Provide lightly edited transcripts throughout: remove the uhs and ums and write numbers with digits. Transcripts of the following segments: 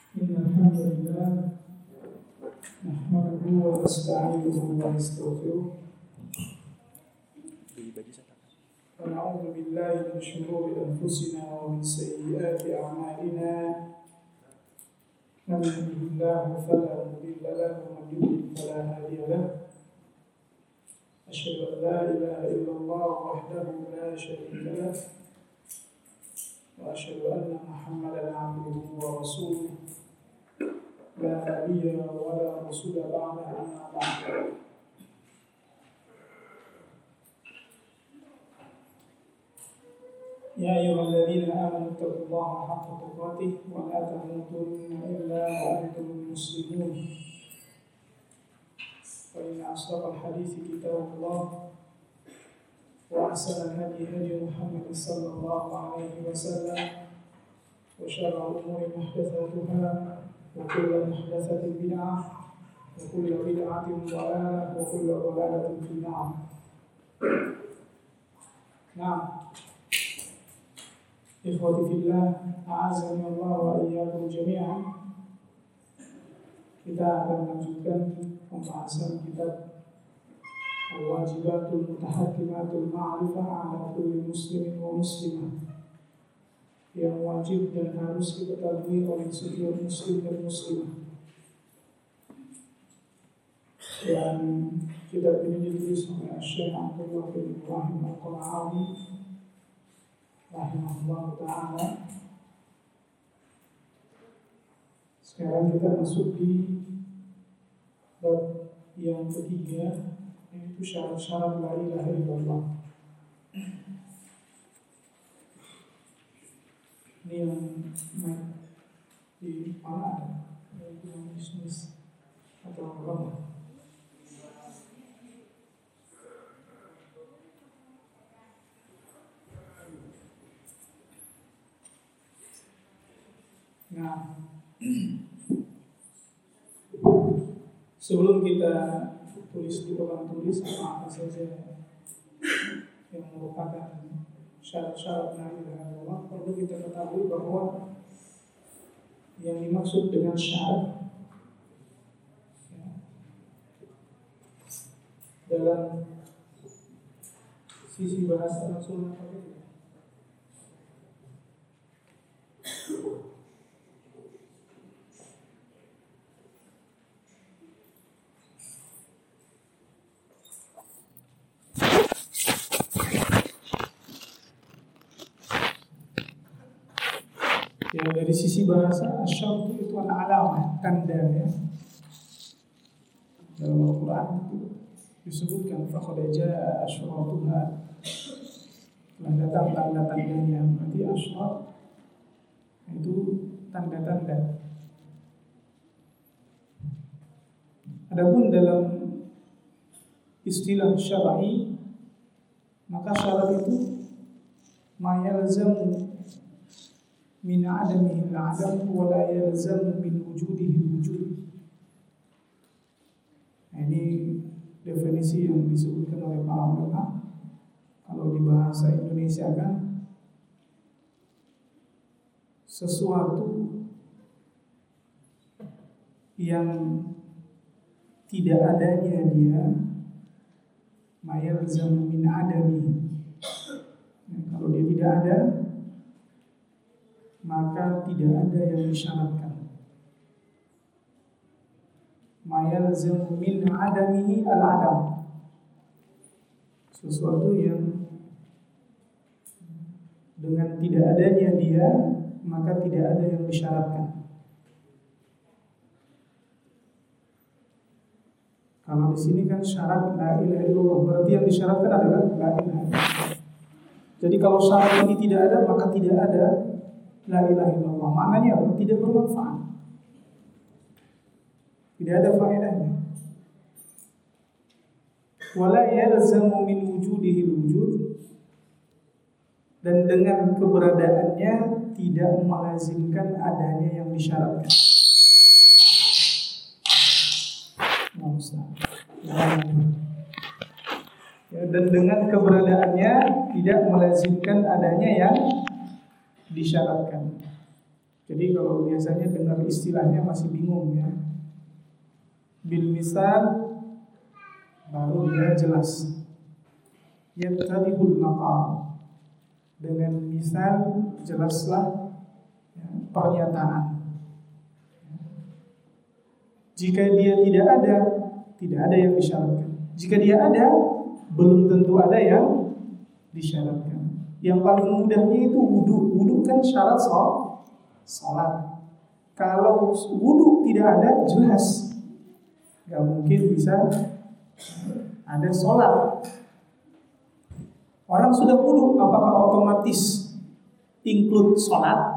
إن الحمد لله نحمده ونستعينه ونستغفره ونعوذ بالله من شرور أنفسنا ومن سيئات أعمالنا من يهده الله فلا مضل له ومن يضلل فلا هادي له أشهد أن لا إله إلا الله وحده لا شريك له وأشهد أن محمدا عبده ورسوله لا نبي ولا رسول بعد أما بعد يا أيها الذين آمنوا اتقوا الله حق تقاته ولا تموتن إلا وأنتم مسلمون فإن أصدق الحديث كتاب الله وأحسن الهدي هدي محمد صلى الله عليه وسلم وشر الأمور محدثاتها وكل محدثة بدعة وكل بدعة ضلالة وكل ضلالة في النار. نعم إخوتي في الله أعزني الله وإياكم جميعا. Kita akan lanjutkan pembahasan kitab Al-Wajibatul Mutahakkimatul Ma'rifah ala kulli muslimin wa muslimah, yang wajib dan harus diketahui oleh setiap muslim dan muslimah. Dan kitab ini ditulis oleh Syekh Abdullah bin Ibrahim Al-Qur'ani rahimahullah ta'ala. Sekarang kita masuk di bab yang ketiga, yaitu syarat-syarat la ilaha illallah. Ini yang di mana ada, yaitu yang bisnis atau apa? Nah, sebelum kita tulis di papan tulis apa saja yang merupakan syarat-syarat la ilaha illallah, perlu kita ketahui bahwa yang dimaksud dengan syarat dalam sisi bahasa Rasulullah ya, dari sisi bahasa asyaratu itu alamah, tanda ya. Dalam Al-Quran disebutkan faqad jaa asyratuha, telah datang tanda-tandanya. Berarti asyrat itu tanda-tanda. Adapun dalam istilah syar'i, maka syarat itu ma yalzamu min adamihi al-adam wa la yalzamu min wujudihi al-wujud. Ini definisi yang disebutkan oleh para ulama. Kalau di bahasa Indonesia kan, sesuatu yang tidak adanya dia ma yalzamu min adamihi. Kalau dia tidak ada, maka tidak ada yang disyaratkan. Ma yalzamu min adamihi al-adam, sesuatu yang dengan tidak adanya dia, maka tidak ada yang disyaratkan. Kalau di sini kan syarat la ilaha illallah, berarti yang disyaratkan adalah la ilaha illallah. Jadi kalau syarat ini tidak ada, maka tidak ada la ilaha illallah. Maknanya apa? Tidak bermanfaat. Tidak ada faedahnya. Wala yalzamu min wujudihi wujud, dan dengan keberadaannya tidak melazimkan adanya yang disyaratkan. Ya, dan dengan keberadaannya tidak melazimkan adanya yang disyaratkan. Jadi kalau biasanya dengar istilahnya masih bingung ya. Bil misal baru dia jelas. Yattadihul maqal. Dengan misal jelaslah ya, pernyataan. Jika dia tidak ada yang disyaratkan. Jika dia ada, belum tentu ada yang disyaratkan. Yang paling mudahnya itu wudu. Wudu kan syarat salat. Kalau wudu tidak ada, jelas gak mungkin bisa ada salat. Orang sudah wudu, apakah otomatis include salat?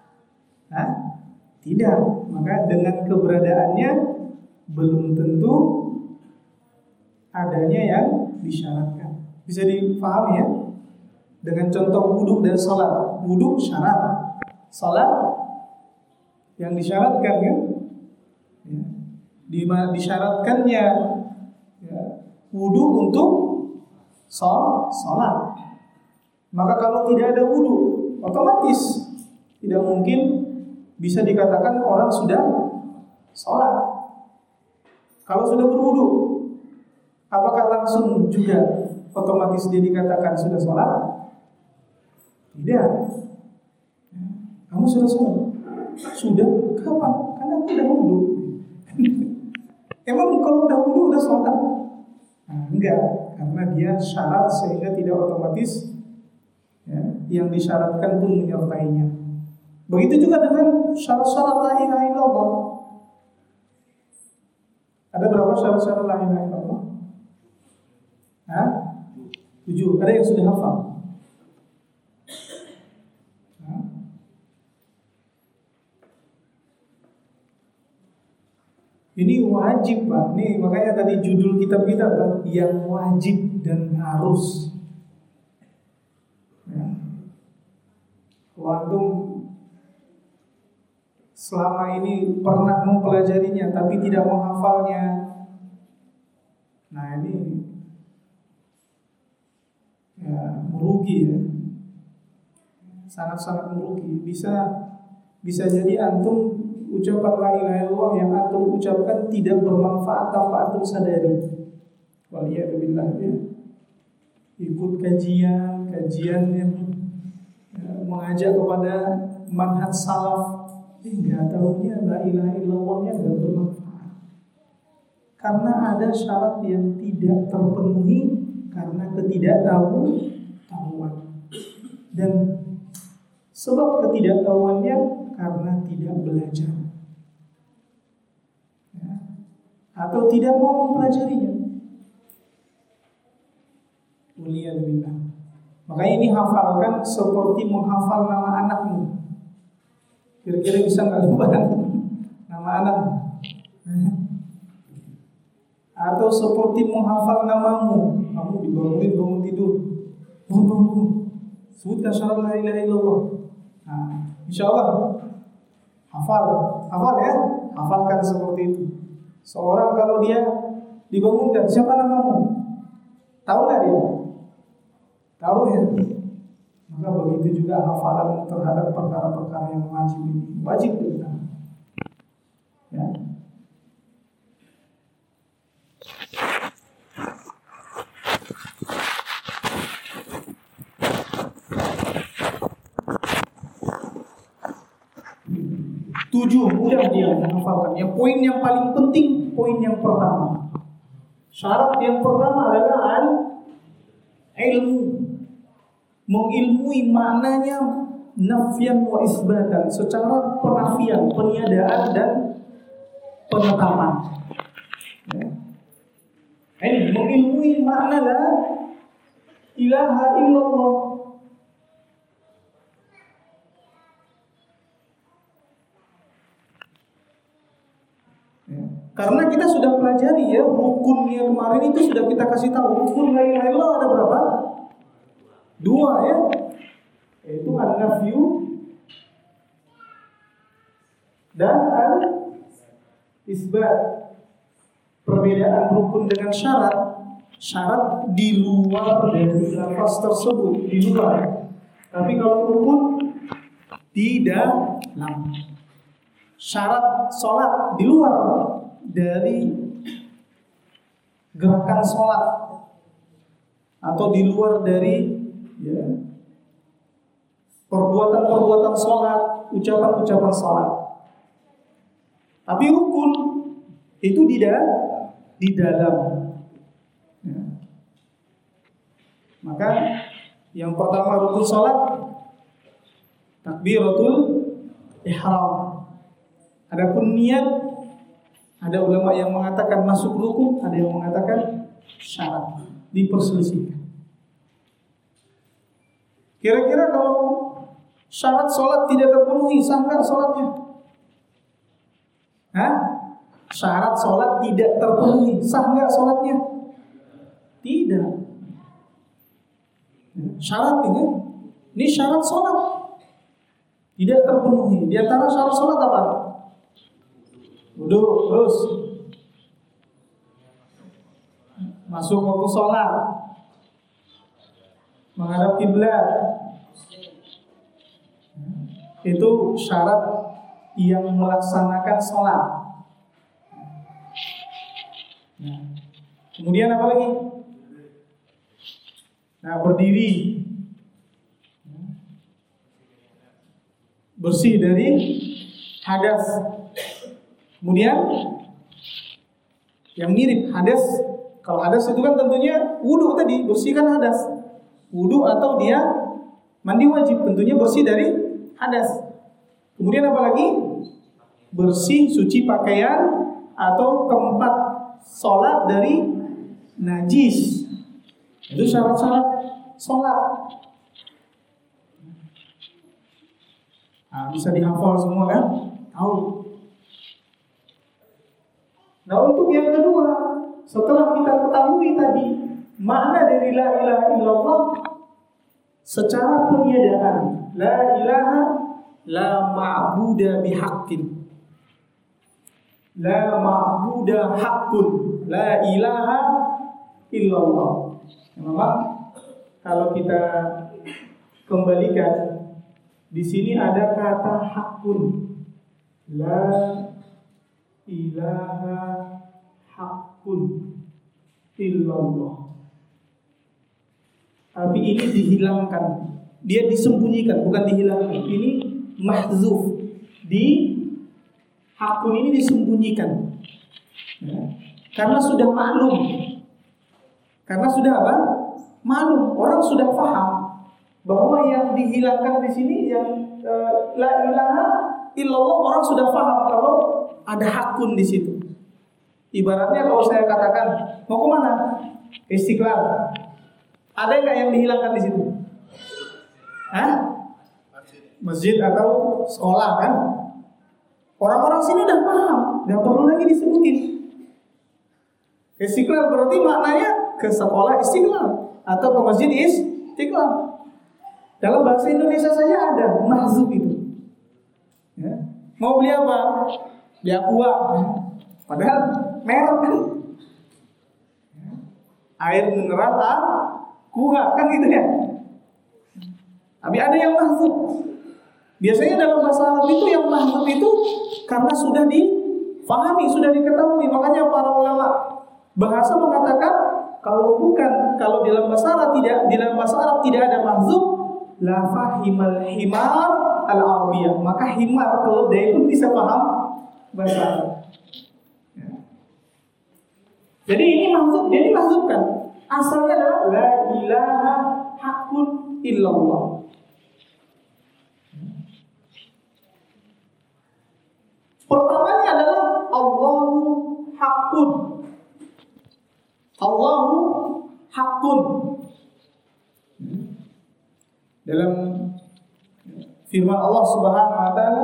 Tidak. Maka dengan keberadaannya belum tentu adanya yang disyaratkan. Bisa dipahami ya? Dengan contoh wudu dan salat. Wudu syarat, salat yang disyaratkan kan? Ya. Disyaratkannya ya, wudu untuk salat. Maka kalau tidak ada wudu, otomatis tidak mungkin bisa dikatakan orang sudah salat. Kalau sudah berwudu, apakah langsung juga otomatis dia dikatakan sudah salat? Tidak. Kamu sudah salat? Sudah? Kapan? Karena aku udah wudu. Emang kalau udah wudu udah salat? Enggak, karena dia syarat sehingga tidak otomatis ya, yang disyaratkan pun menyertainya. Begitu juga dengan syarat-syarat la ilaha illallah. Ada berapa syarat-syarat la ilaha illallah? 7. Ada yang sudah hafal? Ini wajib Pak. Nih makanya tadi judul kitab kita kan yang wajib dan harus. Ya. Kalau antum selama ini pernah mempelajarinya tapi tidak menghafalnya, nah ini ya merugi ya. Sangat-sangat merugi. Bisa jadi antum ucapan la ilaha illallah yang antum ucapkan tidak bermanfaat tanpa antum sadari. Waliyadzubillah ya. Ikut kajian yang mengajak kepada manhaj salaf, enggak tahunya la ilaha illallahnya enggak bermanfaat. Karena ada syarat yang tidak terpenuhi karena ketidaktahuan. Dan sebab ketidaktahuannya karena tidak belajar. Atau tidak mau mempelajarinya. Waliyadzubillah. Makanya ini hafalkan seperti menghafal nama anakmu. Kira-kira bisa nggak lupa nama anakmu? Atau seperti menghafal namamu. Kamu bangun tidur. Bangun. Sebutkan syarat la ilaha illallah. Nah, insyaallah hafal ya. Hafalkan seperti itu. Seorang kalau dia dibangunkan, siapa namamu? Tahu nggak dia? Tahu ya. Maka begitu juga hafalan terhadap perkara-perkara yang wajib ini. Wajib kita. Ya. Tujuh, mudah dia menghafalkan. Yang poin yang paling penting, poin yang pertama. Syarat yang pertama adalah ilmu. Mengilmui maknanya nafyan wa isbatan, secara penafian, peniadaan dan penetapan. Ya. Ini mengilmui makna la ilaha illallah. Karena kita sudah pelajari ya, rukunnya kemarin itu sudah kita kasih tahu. Rukun la ilaha illallah ada berapa? 2 ya. Yaitu an-nafyu dan al-isbat. Perbedaan rukun dengan syarat. Syarat di luar dari lafaz tersebut, di luar. Tapi kalau rukun di dalam. Syarat sholat di luar dari gerakan sholat atau di luar dari perbuatan-perbuatan sholat, ucapan-ucapan sholat. Tapi rukun itu di dalam. Ya. Maka yang pertama rukun sholat takbiratul ihram. Adapun niat, ada ulama yang mengatakan masuk rukun, ada yang mengatakan syarat, diperselisihkan. Kira-kira kalau syarat sholat tidak terpenuhi, sah nggak sholatnya? Syarat sholat tidak terpenuhi, sah nggak sholatnya? Tidak. Syarat ini syarat sholat tidak terpenuhi. Di antara syarat sholat apa? Wudu, terus masuk waktu sholat, menghadap kiblat. Itu syarat yang melaksanakan sholat. Kemudian apa lagi? Nah, berdiri, bersih dari hadas. Kemudian yang mirip hadas, kalau hadas itu kan tentunya wudu tadi, bersihkan hadas. Wudu atau dia mandi wajib, tentunya bersih dari hadas. Kemudian apa lagi? Bersih, suci pakaian atau tempat sholat dari najis. Itu syarat-syarat sholat. Nah, bisa dihafal semua kan? Tahu. Nah, untuk yang kedua, setelah kita ketahui tadi makna dari la ilaha illallah secara peniadaan, la ilaha la ma'buda bihaqqin, la ma'buda haqqun, la ilaha illallah. Memang kalau kita kembalikan di sini ada kata haqqun, la ilaha haqqun illallah. Tapi ini dihilangkan, dia disembunyikan, bukan dihilangkan. Ini mahzuf, di haqqun ini disembunyikan, ya. Karena sudah maklum. Karena sudah apa? Maklum, orang sudah paham bahwa yang dihilangkan di sini yang la ilaha illallah, orang sudah paham kalau ada hakun di situ. Ibaratnya kalau saya katakan mau ke mana? Istiqlal. Ada nggak yang dihilangkan di situ? Masjid atau sekolah kan? Orang-orang sini udah paham, nggak perlu lagi disebutin. Istiqlal berarti maknanya ke sekolah Istiqlal atau ke masjid Istiqlal. Dalam bahasa Indonesia saja ada mahzub itu. Ya. Mau beli apa? Beli aqua. Padahal merek kan. Ya. Air mineral aqua kan gitu ya. Tapi ada yang mahzub. Biasanya dalam bahasa Arab itu yang mahzub itu karena sudah difahami, sudah diketahui. Makanya para ulama bahasa mengatakan kalau di dalam bahasa Arab tidak ada mahzub, la fahimal himar al-arabiyah, maka himar keledai pun bisa paham bahasa Arab. Ya. Jadi ini mahzubkan. Asalnya adalah la ilaha haqqun illallah. Pertamanya adalah Allahu haqqun. Allahu haqqun. Dalam firman Allah Subhanahu wa taala,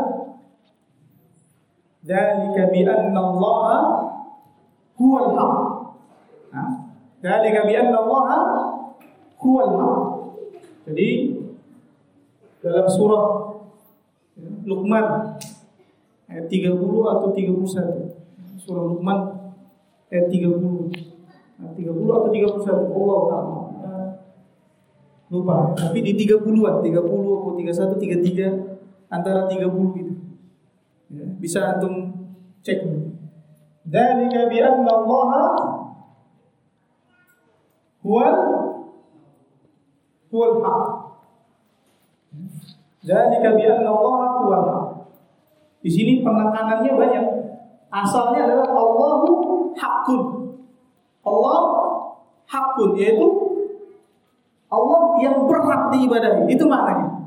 "Dzalika bi anna Allaha huwal haqq." Dzalika bi anna Allaha huwal haqq. Jadi dalam surah Luqman ayat 30 atau 31. Surah Luqman ayat 30. 30 atau 31, Allah taala lupa, tapi di 30-an, 30 atau 31, 33 antara 30 gitu. Ya, bisa antum cek. Dzalika bi anna Allah huwal haq. Dzalika bi anna Allah huwal haq. Di sini penekanannya banyak. Asalnya adalah Allahu haqqun. Allah haqqun, yaitu Allah yang berhak diibadahi. Itu maknanya.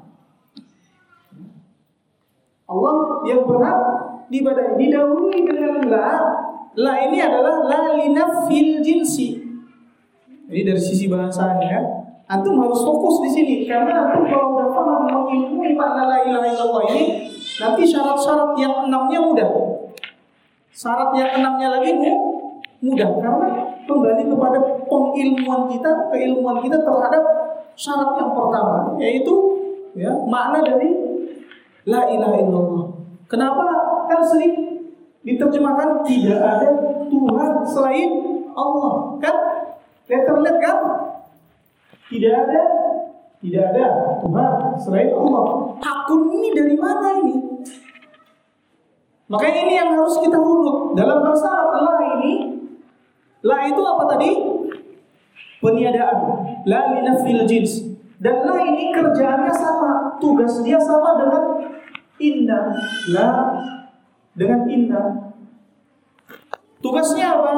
Allah yang berhak diibadahi. Didahului dengan la. La ini adalah la linafil jinsi. Jadi dari sisi bahasanya, antum harus fokus di sini karena antum kalau udah paham mengilmui makna la ilaha illallah ini, nanti syarat-syarat yang 6-nya mudah. Syarat yang 6-nya lagi mudah karena kembali kepada pengilmuan kita, keilmuan kita terhadap syarat yang pertama, yaitu ya, makna dari la ilaha illallah. Kenapa kan sering diterjemahkan tidak ada Tuhan selain Allah, kan? Letterlet kan? Tidak ada Tuhan selain Allah. Hakun ini dari mana ini? Makanya ini yang harus kita runut dalam bahasa Arab. La itu apa tadi? Peniadaan. La linafil jins. Dan la ini kerjaannya sama, tugas dia sama dengan inna. La dengan inna. Tugasnya apa?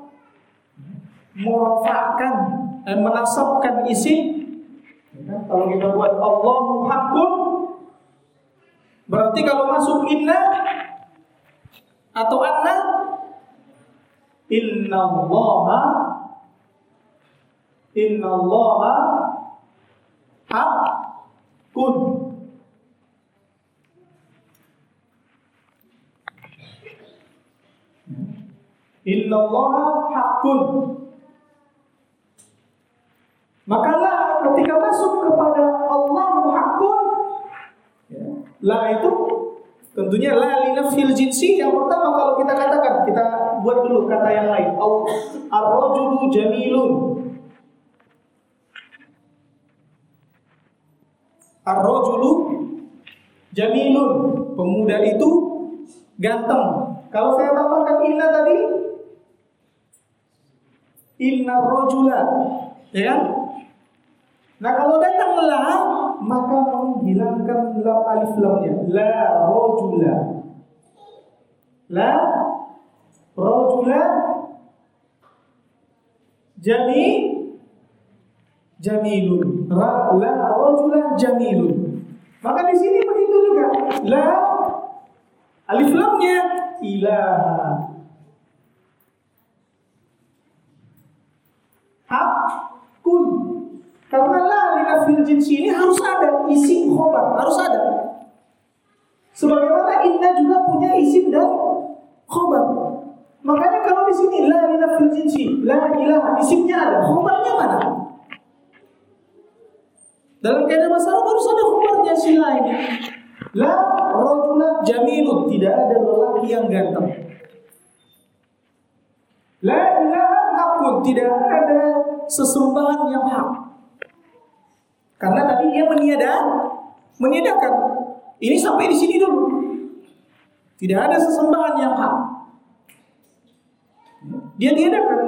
Merafa'kan, menasabkan isim. Kalau kita buat Allahu haqqun, berarti kalau masuk inna atau anna, innallaha haqqun. Innallaha haqqun. Maka la ketika masuk kepada Allahu haqqun, ya, la itu tentunya la linafil jinsi. Yang pertama kalau kita katakan, kita buat dulu kata yang lain. Ar-rajulu jamilun. Ar-rajulu jamilun. Pemuda itu ganteng. Kalau saya tambahkan inna tadi, inna rajula, ya kan? Nah kalau datang la, maka menghilangkan lam alif lamnya. La rajula. La rajula jamilun. La rajula jamilun. Maka di sini begitu juga. La alif lamnya ilaha. Hakun. Karena la linafil jinsi ini harus ada isim khobar, harus ada. Sebagaimana inna juga punya isim dan khobar. Makanya kalau di sini la linafil jinsi, la ilaha, isimnya ada, khobarnya mana? Dalam kaidah bahasa Arab harus ada khobarnya si la ini. La rajula jamilun, tidak ada lelaki yang ganteng. La ilaha hakun, tidak ada sesembahan yang hak. Karena tadi dia meniadakan. Ini sampai di sini dulu. Tidak ada sesembahan yang hak. Dia tiadakan.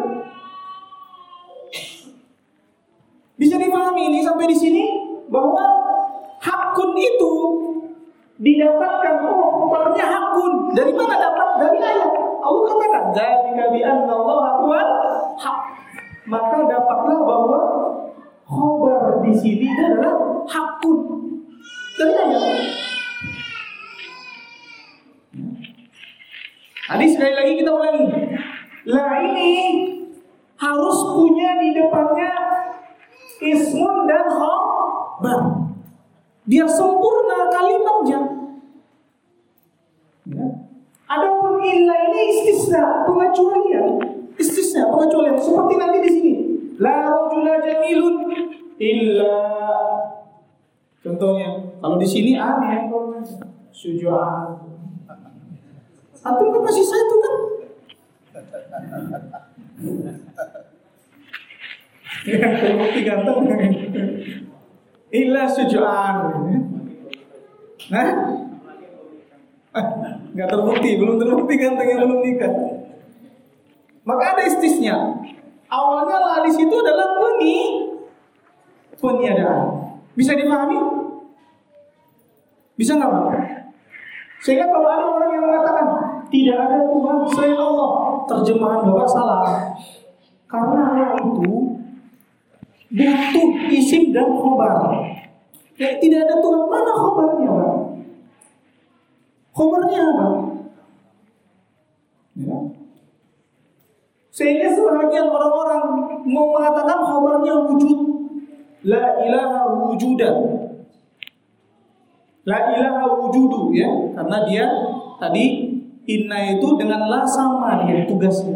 Bisa dipahami ini sampai di sini bahwa hakun itu didapatkan. Oh, khobarnya hakun. Dari mana dapat? Dari ayat. Allah katakan, "Dzalika bi anna Allaha huwal haq." Maka dapatlah bahwa khobar di sini adalah hakun. Dari ayat. Tadi sekali lagi kita ulangi. La ini harus punya di depannya ismun dan khobar. Biar sempurna kalimatnya. Ya. Adapun illa ini istisna, pengecualian. Seperti nanti di sini. La rajula jamilun illa. Contohnya, kalau di sini aneh syuja'an. Antum kan masih satu kan? Ya, terbukti ganteng. Illa syuja'an. Nah, Nggak terbukti, belum terbukti gantengnya belum nikah. Maka ada istisnya. Awalnya lah di situ adalah peniadaan. Bisa dipahami? Bisa nggak Pak? Sehingga kalau ada orang yang mengatakan tidak ada Tuhan selain Allah, terjemahan Bapak salah. Karena Allah itu butuh isim dan khobar. Ya, tidak ada Tuhan, mana khobarnya Pak? Khobarnya apa? Ya. Sehingga sebagian orang-orang mau mengatakan khobarnya wujud. La ilaha wujudan. La ilaha wujudu ya, karena dia tadi inna itu dengan la sama dia tugasnya.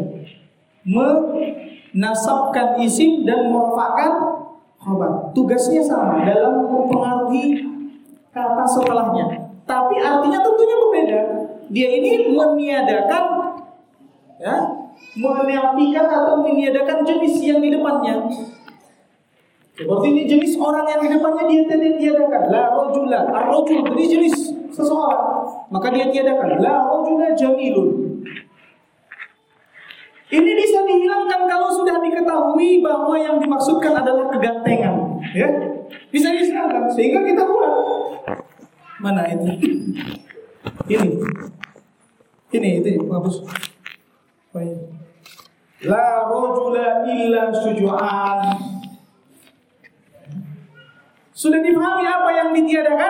Menasabkan isim dan merafa'kan khabar. Tugasnya sama dalam mempengaruhi kata setelahnya. Tapi artinya tentunya berbeda. Dia ini meniadakan ya, menafikan atau meniadakan jenis yang di depannya. Seperti ini jenis orang yang di depannya dia tiadakan. La rajula, ar-rajul jadi jenis seseorang, maka dia tiadakan. La rajula jamilun. Ini bisa dihilangkan kalau sudah diketahui bahwa yang dimaksudkan adalah kegantengan, ya. Bisa dihilangkan sehingga kita buat. Mana itu? Ini itu hapus. Baik. La rajula illa syuja'an. Sudah dipahami apa yang ditiadakan?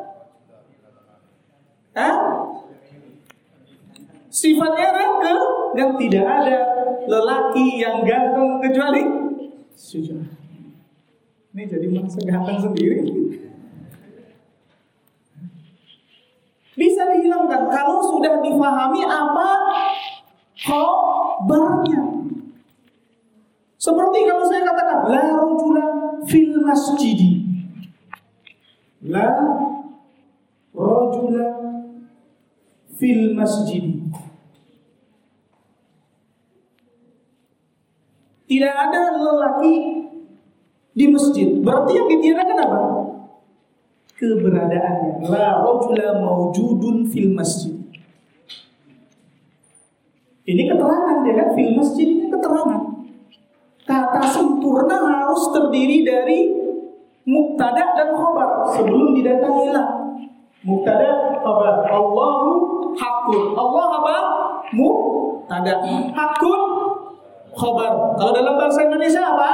Sifatnya dan tidak ada lelaki yang ganteng kecuali syuja'. Ini jadi merasa ganteng sendiri. Bisa dihilangkan kalau sudah dipahami apa khobarnya. Seperti kalau saya katakan la rajula fil masjidi. La rajula fil masjid. Tidak ada lelaki di masjid. Berarti yang ditiadakan apa? Keberadaannya. La rajula mawjudun fil masjid. Ini keterangan dia kan, fil masjid ini keterangan. Kata sempurna harus terdiri dari mubtada dan khabar sebelum didatangi la. Mubtada khabar. Allahu hakun. Allah apa? Mubtada. Hakun khabar. Kalau dalam bahasa Indonesia apa?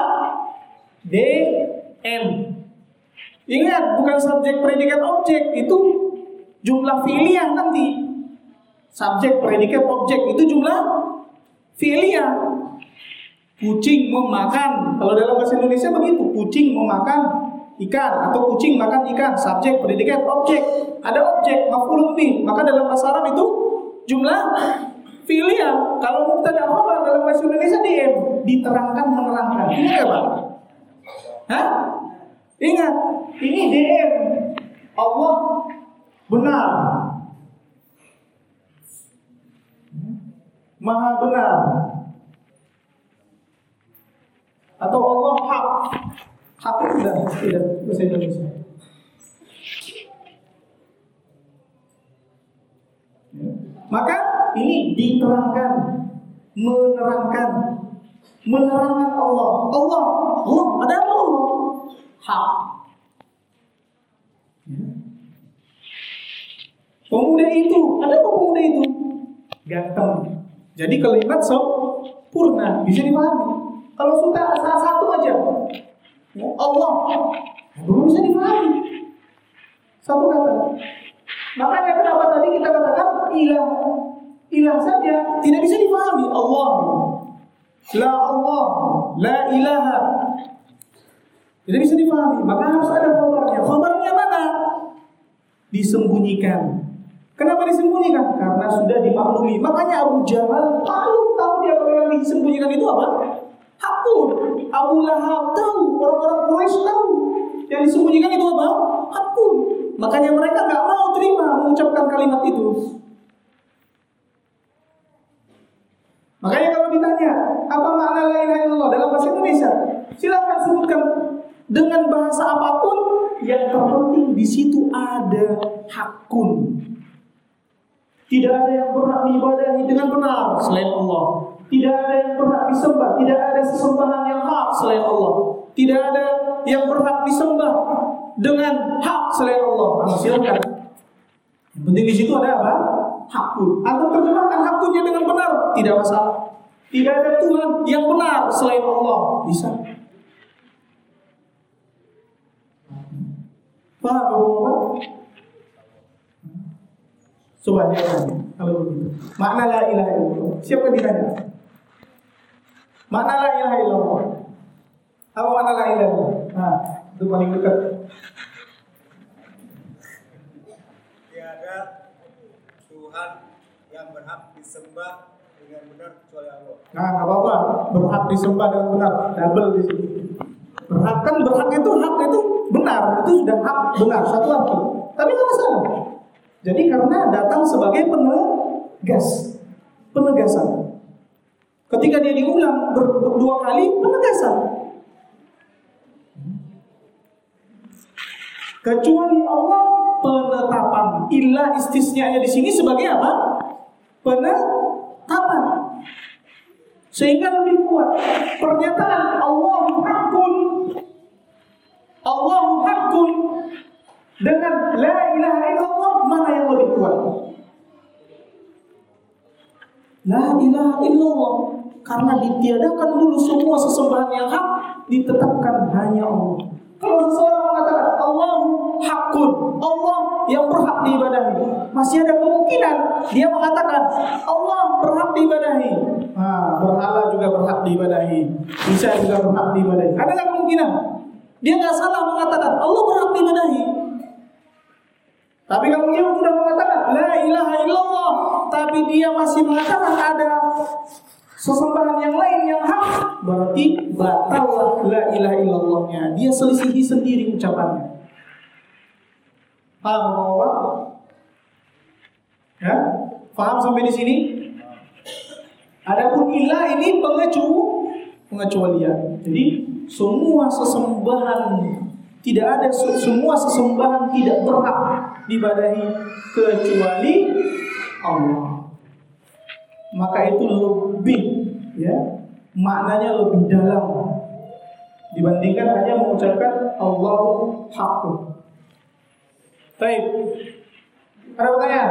DM. Ingat, bukan subjek predikat objek, itu jumlah fi'liyah nanti. Subjek predikat objek itu jumlah fi'liyah. Kucing memakan. Kalau dalam bahasa Indonesia begitu, kucing memakan ikan atau kucing makan ikan, subjek predikat objek. Ada objek maf'ulun bih, maka dalam bahasa Arab itu jumlah fi'liyah. Kalau mubtada khabar dalam bahasa Indonesia DM, diterangkan menerangkan. Ingat ya Pak? Hah? Ingat, ini DM. Allah benar, maha benar, atau Allah hak. Hak tidak bahasa Indonesia. Maka ini diterangkan, menerangkan Allah. Allah ada apa Allah? Hak. Pemuda itu, ada apa pemuda itu? Ganteng. Jadi kalimat sempurna, bisa dipahami. Kalau sudah salah satu aja, Allah belum bisa dipahami. Satu kata. Makanya kenapa tadi kita katakan ilah saja tidak bisa dipahami. Allah, la Allah, la ilaha, tidak bisa dipahami. Maka harus ada khabarnya. Khabarnya mana? Disembunyikan. Kenapa disembunyikan? Karena sudah dimaklumi. Makanya Abu Jahal tahu dia kalau yang disembunyikan itu apa? Hakun. Abu Lahab tahu, orang-orang Quraisy tahu yang disembunyikan itu apa? Hakun. Makanya mereka nggak mau terima mengucapkan kalimat itu. Makanya kalau ditanya apa makna la ilaha illallah dalam bahasa Indonesia, silakan sebutkan dengan bahasa apapun. Yang terpenting di situ ada hakun. Tidak ada yang berhak diibadahi dengan benar selain Allah. Tidak ada yang berhak disembah. Tidak ada sesembahan yang hak selain Allah. Tidak ada yang berhak disembah dengan hak selain Allah. Silakan. Yang penting di situ ada apa? Hakun. Atau terjemahkan hakunnya dengan benar, tidak masalah. Tidak ada Tuhan yang benar selain Allah. Bisa. Paham Bapak? Coba dia tanya. Kalau begitu, makna la ilaha illallah. Siapa ditanya? Makna la ilaha illallah. Apa makna la ilaha illallah? Nah, itu paling dekat. Tiada Tuhan yang berhak disembah dengan benar kecuali Allah. Nah, nggak apa-apa. Berhak disembah dengan benar. Double di sini. Berhak itu hak itu benar. Itu sudah hak benar satu arti. Tapi nggak masalah. Jadi karena datang sebagai penegasan. Ketika dia diulang dua kali, penegasan. Kecuali Allah, penetapan. Illa istisnanya di sini sebagai apa? Penetapan. Sehingga lebih kuat pernyataan Allahu Haqqun dengan la ilaha illallah, mana yang lebih kuat? La ilaha illallah, karena ditiadakan dulu semua sesembahan yang hak, ditetapkan hanya Allah. Kalau seseorang mengatakan Allahu Haqqun, Allah yang berhak diibadahi, masih ada kemungkinan dia mengatakan Allah berhak diibadahi. Berhala juga berhak diibadahi, Isa juga berhak diibadahi. Ada nggak kemungkinan? Dia nggak salah mengatakan Allah berhak diibadahi. Tapi kalau dia sudah mengatakan la ilaha illallah, tapi dia masih mengatakan ada sesembahan yang lain yang hak, berarti batallah la ilaha illallahnya. Dia selisihi sendiri ucapannya. Paham Bapak? Ya? Paham sampai di sini? Adapun ilah ini pengecualian. Jadi semua sesembahan tidak berhak dibadahi kecuali Allah. Maka itu lebih, ya, maknanya lebih dalam dibandingkan hanya mengucapkan Allahu Haqqun. Baik. Ada pertanyaan?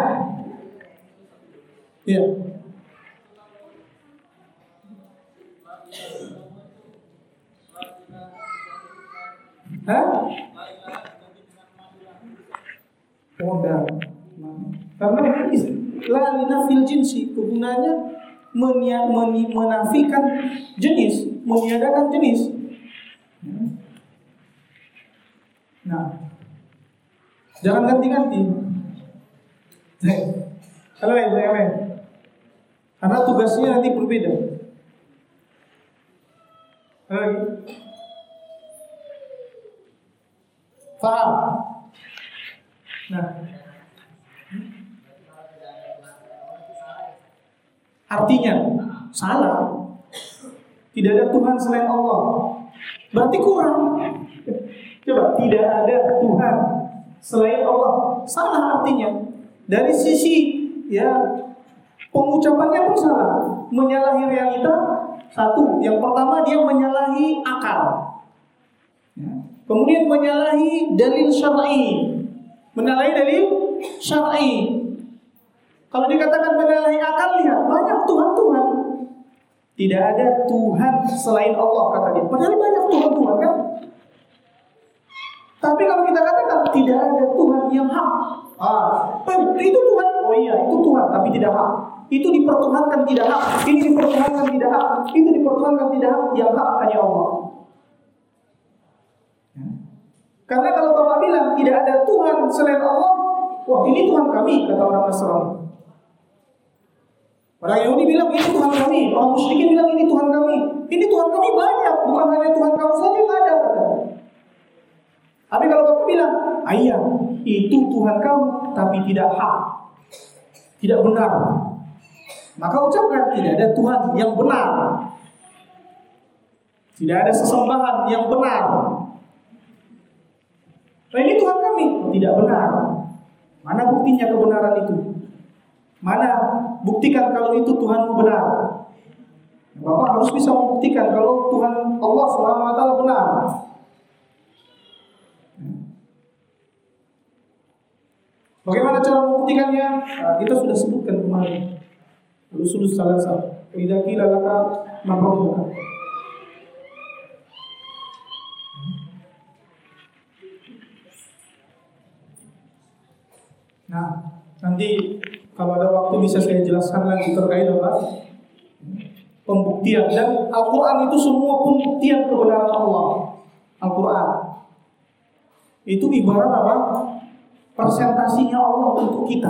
Ya. Hah? Oh, dah. Karena la linafil jinsi, kegunaannya menafikan jenis, meniadakan jenis. Nah, jangan ganti-ganti. Kalau lain. Karena tugasnya nanti berbeda. Lagi. Paham? Nah, artinya salah. Tidak ada Tuhan selain Allah. Berarti kurang. Coba, tidak ada Tuhan selain Allah. Salah artinya. Dari sisi, ya, pengucapannya pun salah. Menyalahi realita. Satu, yang pertama dia menyalahi akal. Kemudian menyalahi dalil syar'i. Menyalahi dalil syar'i. Kalau dikatakan menyalahi akal, lihat banyak Tuhan. Tidak ada Tuhan selain Allah, kata dia. Padahal banyak Tuhan kan? Tapi kalau kita katakan tidak ada Tuhan yang hak. Itu Tuhan. Oh iya, itu Tuhan tapi tidak hak. Itu dipertuhankan tidak hak. Ini dipertuhankan tidak hak. Itu dipertuhankan tidak hak. Yang hak hanya Allah. Karena kalau Bapak bilang tidak ada Tuhan selain Allah, wah ini Tuhan kami, kata orang Nasrani. Orang Yahudi bilang ini Tuhan kami, orang musyrikin bilang ini Tuhan kami. Ini Tuhan kami banyak, bukan hanya Tuhan kamu saja yang ada, katanya. Tapi kalau Bapak bilang, ayah, itu Tuhan kamu, tapi tidak hak, tidak benar, maka ucapkan tidak ada Tuhan yang benar, tidak ada sesembahan yang benar. Nah ini Tuhan kami, tidak benar. Mana buktinya kebenaran itu? Mana? Buktikan kalau itu Tuhanmu benar. Bapak harus bisa membuktikan kalau Tuhan Allah Subhanahu wa taala benar. Bagaimana cara membuktikannya? Nah, kita sudah sebutkan kemarin. Al-usul salasah. Idza qila laka man rabbuka. Nah, nanti kalau ada waktu bisa saya jelaskan lagi terkait apa? Pembuktian. Dan Al-Quran itu semua pembuktian kebenaran Allah. Al-Quran itu ibarat apa? Presentasinya Allah untuk kita.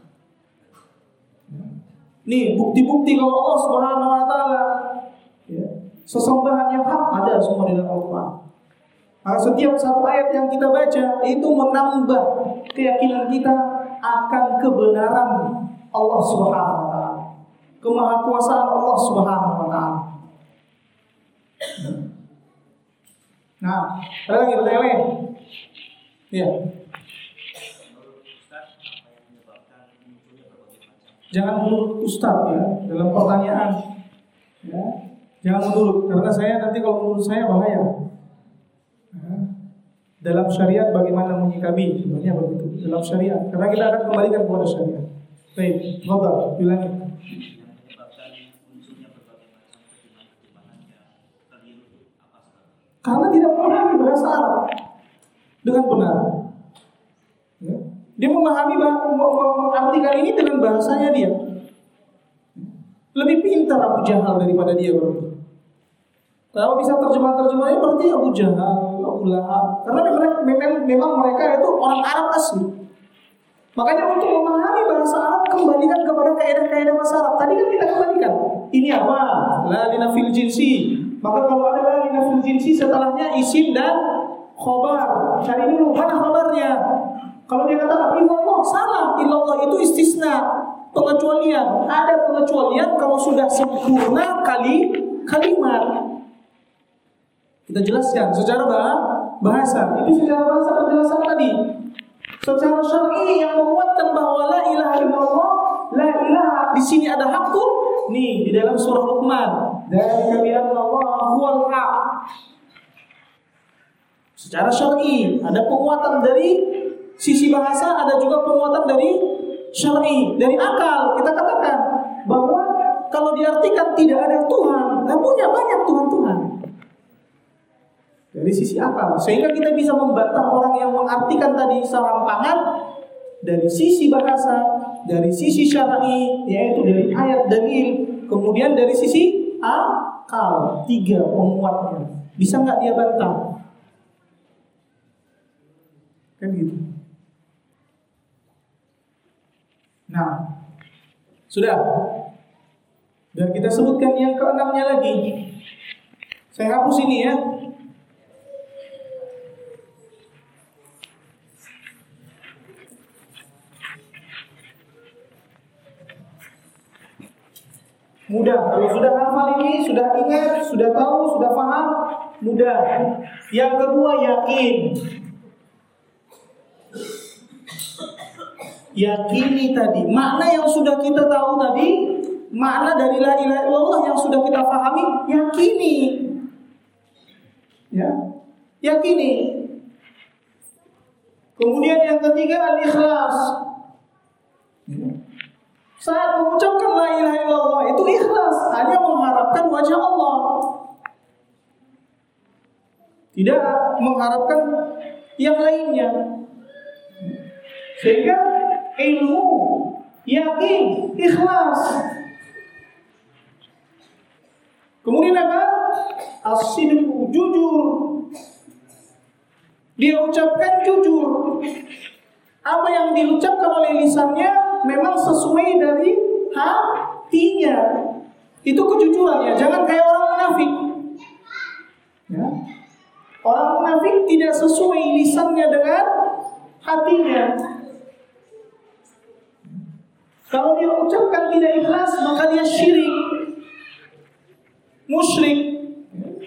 Nih bukti-bukti kalau Allah Subhanahu wa taala sesembahan yang hak ada semua di dalam Al-Quran. Nah, setiap satu ayat yang kita baca itu menambah keyakinan kita akan kebenaran Allah Subhanahu wa taala, kemahakuasaan Allah Subhanahu wa taala. Nah, ada lagi pertanyaan? Iya. Jangan menurut Ustaz ya dalam pertanyaan. Ya. Jangan menurut, karena saya nanti kalau menurut saya bahaya. Dalam syariat bagaimana menyikapi? Sebenarnya begitu. Dalam syariat, karena kita akan kembalikan kepada syariat. Baik, tafadhal, ulangi. Karena tidak memahami bahasa Arab dengan benar. Ya. Dia memahami mengartikan ini dengan bahasanya dia. Lebih pintar Abu Jahal daripada dia berarti. Kalau bisa terjemahannya berarti Abu Jahal, Abu Lahab. Karena memang mereka itu orang Arab asli. Makanya untuk memahami bahasa Arab kembalikan kepada kaidah-kaidah bahasa Arab. Tadi kan kita kembalikan. Ini apa? La linafil jinsi. Maka kalau ada la linafil jinsi setelahnya isim dan khobar. Cari dulu mana khobarnya. Kalau dia katakan illallah, salah. Illallah itu istisna, pengecualian. Ada pengecualian kalau sudah sempurna kalimat. Kita jelaskan secara bahasa. Ini secara bahasa penjelasan tadi. Secara syar'i yang menguatkan bahwa la ilaha illallah, la ilaha di sini ada hakun. Nih di dalam surah Luqman. Dzalika bi anna Allah huwal haq. Secara syar'i ada penguatan dari sisi bahasa, ada juga penguatan dari syar'i, dari akal. Kita katakan bahwa kalau diartikan tidak ada Tuhan, punya banyak Tuhan-Tuhan. Dari sisi akal, sehingga kita bisa membantah orang yang mengartikan tadi serampangan dari sisi bahasa, dari sisi syar'i, yaitu dari ayat dalil, kemudian dari sisi akal. 3 penguatnya. Bisa nggak dia bantah? Kan gitu. Nah, sudah. Dan kita sebutkan yang ke-6-nya lagi. Saya hapus ini ya. Mudah, kalau sudah hafal ini, sudah ingat, sudah tahu, sudah paham, mudah. Yang kedua, yakin. Yakini tadi, makna yang sudah kita tahu tadi, makna dari la ilaha illallah yang sudah kita pahami, yakini. Ya, yakini. Kemudian yang ketiga, al-ikhlas. Saat mengucapkan la ilaha illallah itu ikhlas, hanya mengharapkan wajah Allah. Tidak mengharapkan yang lainnya. Sehingga ilmu, yakin, ikhlas. Kemudian apa? As-sidqu, jujur. Dia ucapkan jujur. Apa yang diucapkan oleh lisannya memang sesuai dari hatinya. Itu kejujurannya. Jangan kayak orang munafik. Ya. Orang munafik tidak sesuai lisannya dengan hatinya. Kalau dia ucapkan tidak ikhlas, maka dia syirik, musyrik.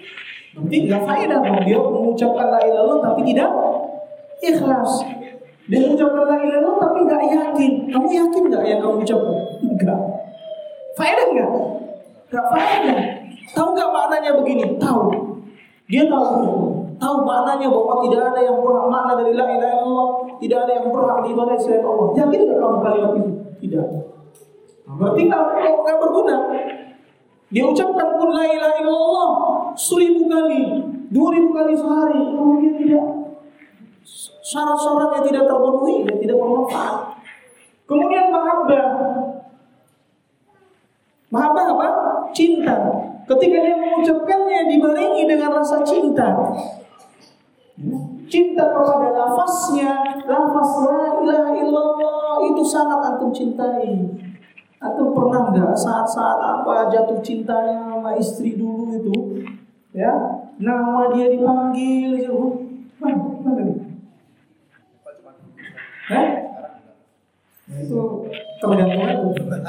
Berarti nggak faedah dong dia mengucapkan la ilaha illallah tapi tidak ikhlas. Dia mengucapkan la ilaha illallah tapi nggak yakin. Kamu yakin nggak yang kamu ucapkan? Enggak. Faedah nggak? Nggak faedah. Tahu nggak maknanya begini? Tahu. Dia tahu maknanya bahwa tidak ada yang berhak, makna dari la ilaha illallah, tidak ada yang berhak diibadahi selain Allah. Yakin nggak kamu kalimat itu? Tidak. Berarti nggak berguna. Dia ucapkan pun la ilaha illallah 1000 kali, 2000 kali sehari, kemudian tidak, syarat-syaratnya tidak terpenuhi, dia tidak bermanfaat. Kemudian mahabbah apa? Cinta. Ketika dia mengucapkannya dibarengi dengan rasa cinta. Cinta kepada lafaznya, lafaz la ilaha illallah itu sangat antum cintai. Antum pernah nggak saat-saat apa jatuh cintanya sama istri dulu itu, ya, nama dia dipanggil, mana nih? Itu tergantung aku.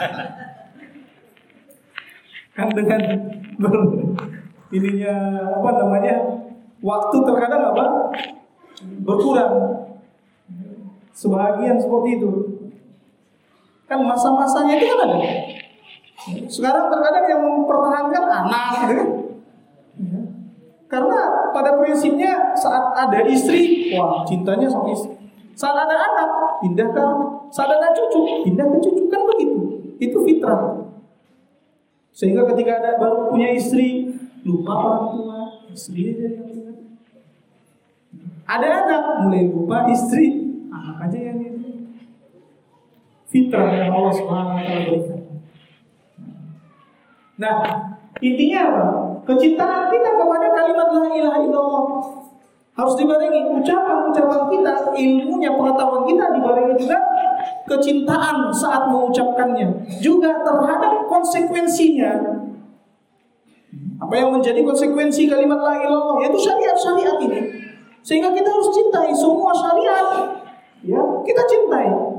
Kan dengan ininya apa namanya, waktu terkadang apa berkurang. Sebahagian seperti itu. Kan masa-masanya itu kan ada. Sekarang terkadang yang mempertahankan anak gitu kan. Karena pada prinsipnya saat ada istri, wah cintanya sama istri. Saat ada anak, pindah ke anak. Saat ada cucu, pindah ke cucu. Kan begitu. Itu fitrah. Sehingga ketika ada baru punya istri, lupa orang tua, istri aja yang ingat. Ada anak, mulai lupa istri, anak aja yang ingat. Fitrah yang Allah Subhanahu wa taala berikan. Nah, intinya apa? Kecintaan kita kepada kalimat la ilaha illallah harus dibarengi ucapan-ucapan kita, ilmunya, pengetahuan kita dibarengi juga kecintaan saat mengucapkannya, juga terhadap konsekuensinya. Apa yang menjadi konsekuensi kalimat la ilaha illallah yaitu syariat-syariat ini. Sehingga kita harus cintai semua syariat. Ya, kita cintai.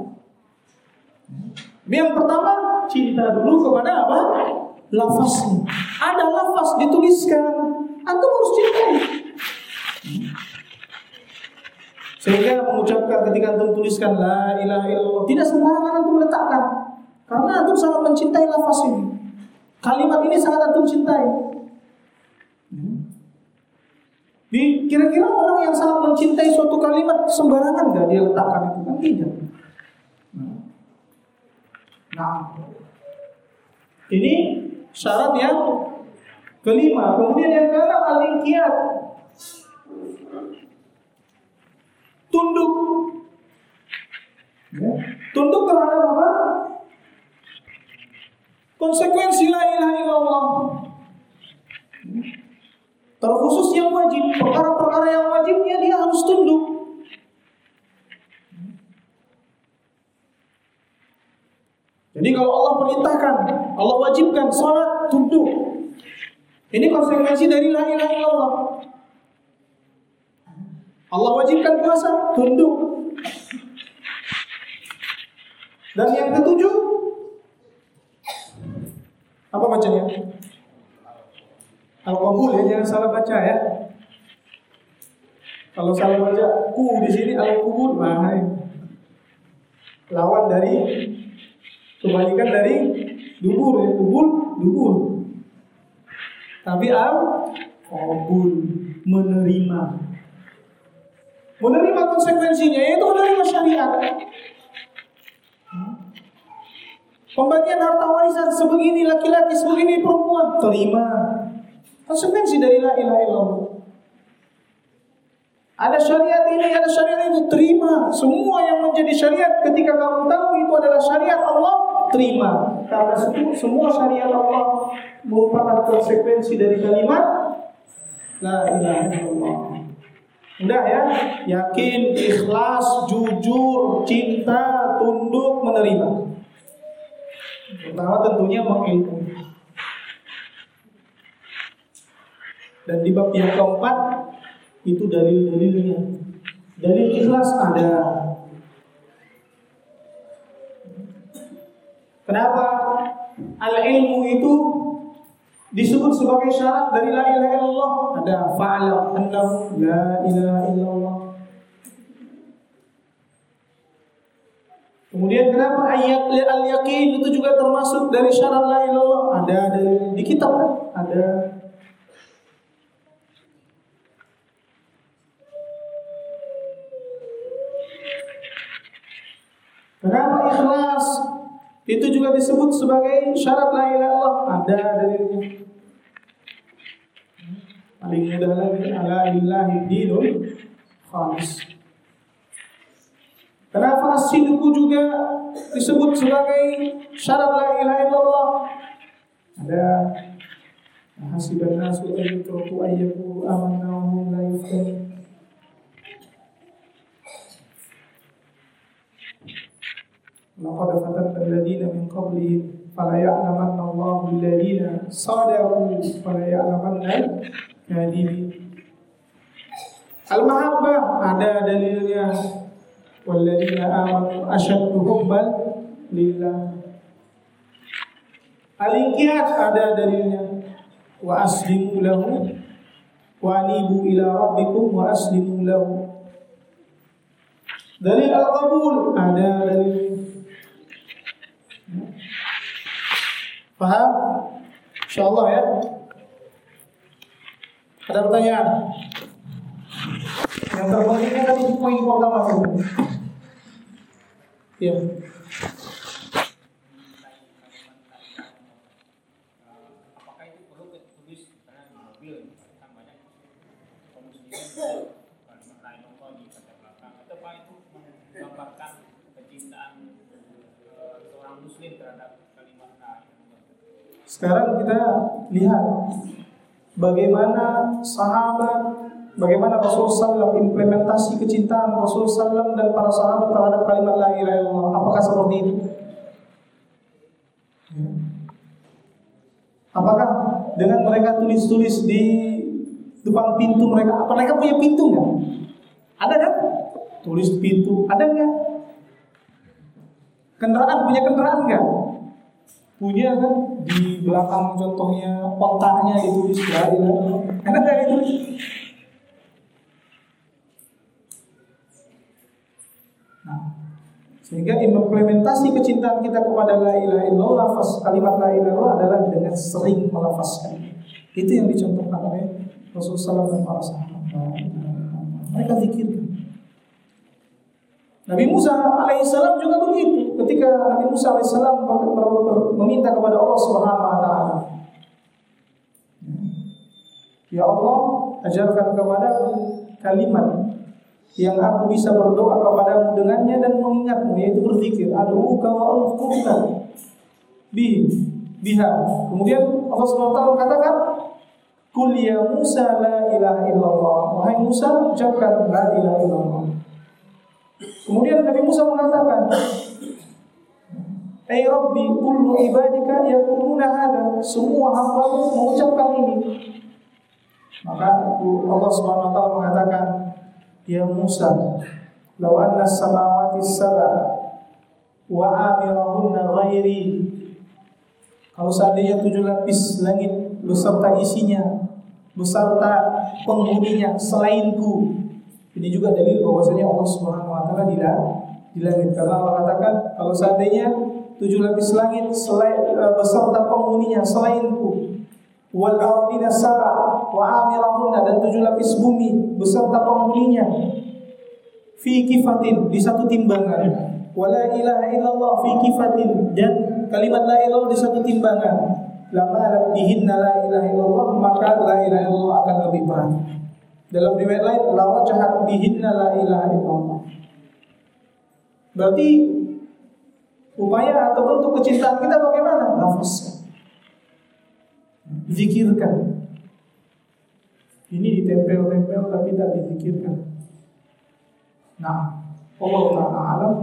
Yang pertama, cinta dulu kepada apa? Lafaznya. Ada lafaz dituliskan, antum harus cintai. Sehingga mengucapkan ketika antum tuliskan la ilaha illallah tidak sembarangan antum letakkan, karena antum sangat mencintai lafaz ini. Kalimat ini sangat antum cintai. Kira-kira orang yang sangat mencintai suatu kalimat sembarangan nggak dia letakkan itu? Kan tidak. Nah, ini syarat yang kelima. Kemudian yang keenam al-inqiyad, tunduk. Tunduk terhadap apa? Konsekuensi la ilaha illallah. Terkhusus yang wajib, perkara-perkara yang wajibnya dia harus tunduk. Jadi kalau Allah perintahkan, Allah wajibkan salat, tunduk. Ini konsekuensi dari la ilaha illallah. Allah wajibkan puasa, tunduk. Dan yang ketujuh, apa bacanya? Al-Qabul ya, jangan salah baca ya. Kalau salah baca di sini Al-Qabul, bahaya. Lawan dari, kebalikan dari dubur ya, dubur. Tapi Al-Qabul, menerima konsekuensinya, yaitu menerima syariat. Pembagian harta warisan sebegini laki-laki, sebegini perempuan, terima. Konsekuensi dari la ilaha illallah. Ada syariat ini, ada syariat itu, terima. Semua yang menjadi syariat ketika kamu tahu itu adalah syariat Allah, terima. Karena semua syariat Allah merupakan konsekuensi dari kalimat la ilaha illallah. Udah ya, yakin, ikhlas, jujur, cinta, tunduk, menerima. Pertama tentunya mengilmu. Dan di bab yang keempat itu dalil-dalilnya. Dalil ikhlas ada. Kenapa al-ilmu itu disebut sebagai syarat dari la ilaha illallah? Ada fa'lam annahu la ilaha illallah. Kemudian kenapa ayat al-yaqin itu juga termasuk dari syarat la ilaha illallah? Ada di kitab kan? Ada. Kenapa ikhlas itu juga disebut sebagai syarat la ilaha illallah? Ada dalilnya. Paling mudah lagi ala lillahi dinul khalis. Kenapa as-sidqu juga disebut sebagai syarat la ilaha illallah? Ada hasiban nasu an yutraku ayyaqulu amanna wa hum la yuftanun. Laqad fatanna alladziina min qablihim fala ya'lamanna Allahu alladziina sadaqu fala ya'lamanna al-kadhibin. Al-mahabbah ada dalilnya. Walladzina amanu asyaddu hubban lillah. Al-inqiyad ada dalilnya. Wa aslimu lahu wa anibu ila rabbikum wa aslimu lahu. Dalil al-qabul ada dalil. Paham? Insyaallah ya. Ada pertanyaan? Yang terpentingnya tadi poin pertama saja. Ya. Apakah itu perlu ditulis karena di mobil kan banyak kaum muslimin kalimat la ilaha di pada belakang atau apa itu menggambarkan kecintaan seorang muslim terhadap kalimat la ilaha. Sekarang kita lihat bagaimana sahabat, bagaimana Rasulullah SAW implementasi kecintaan Rasulullah SAW dan para sahabat terhadap kalimat la ilaha illallah. Apakah seperti itu? Apakah dengan mereka tulis-tulis di depan pintu mereka? Apa mereka punya pintu nggak? Ada kan? Tulis pintu, ada nggak? Kendaraan, punya kendaraan nggak? Punya kan? Di belakang contohnya kontaknya ditulis la ilaha illallah. Ada nggak itu? Sehingga implementasi kecintaan kita kepada la ilaha illallah, kalimat la ilaha illallah adalah dengan sering melafazkan. Itu yang dicontohkan oleh Rasulullah SAW dan para sahabat. Mereka zikirkan. Nabi Musa alaihissalam juga begitu. Ketika Nabi Musa alaihissalam meminta kepada Allah Subhanahu wa taala, ya Allah, ajarkan kepadaku kalimat yang aku bisa berdoa kepadamu dengannya dan mengingatmu, yaitu berzikir. Ad'uka wa azkuruka biha. Kemudian Allah SWT katakan, Qul ya Musa la ilaha illallah. Wahai Musa, ucapkan la ilaha illallah. Kemudian Nabi Musa mengatakan, Ay Rabbi, kullu ibadika yaquluna hadha. Semua hamba-Mu mengucapkan ini. Maka Allah SWT mengatakan, Ya Musa, law anna as-samawati as-sab'a wa amirahunna ghairi. Kalau seandainya 7 lapis langit beserta isinya, beserta penghuninya selainku. Ini juga dalil bahwasanya Allah Subhanahu wa taala di langit. Karena Allah katakan kalau seandainya 7 lapis langit beserta penghuninya selainku, wal ardina sab'a wa amirahunna, dan 7 lapis bumi beserta penghuninya, fi kifatin, di satu timbangan, wala ilaha illallah fi kifatin, dan kalimat la ilaha di satu timbangan, lama bihinna la ilaha illallah, maka la ilaha illallah akan lebih berat. Dalam riwayat lain, la wajahat bihinna la ilaha illallah. Berarti upaya atau bentuk kecintaan kita bagaimana? Lafaz, zikirkan. Ini ditempel-tempel tapi tidak dizikirkan. Nah, Allah Ta'ala alam.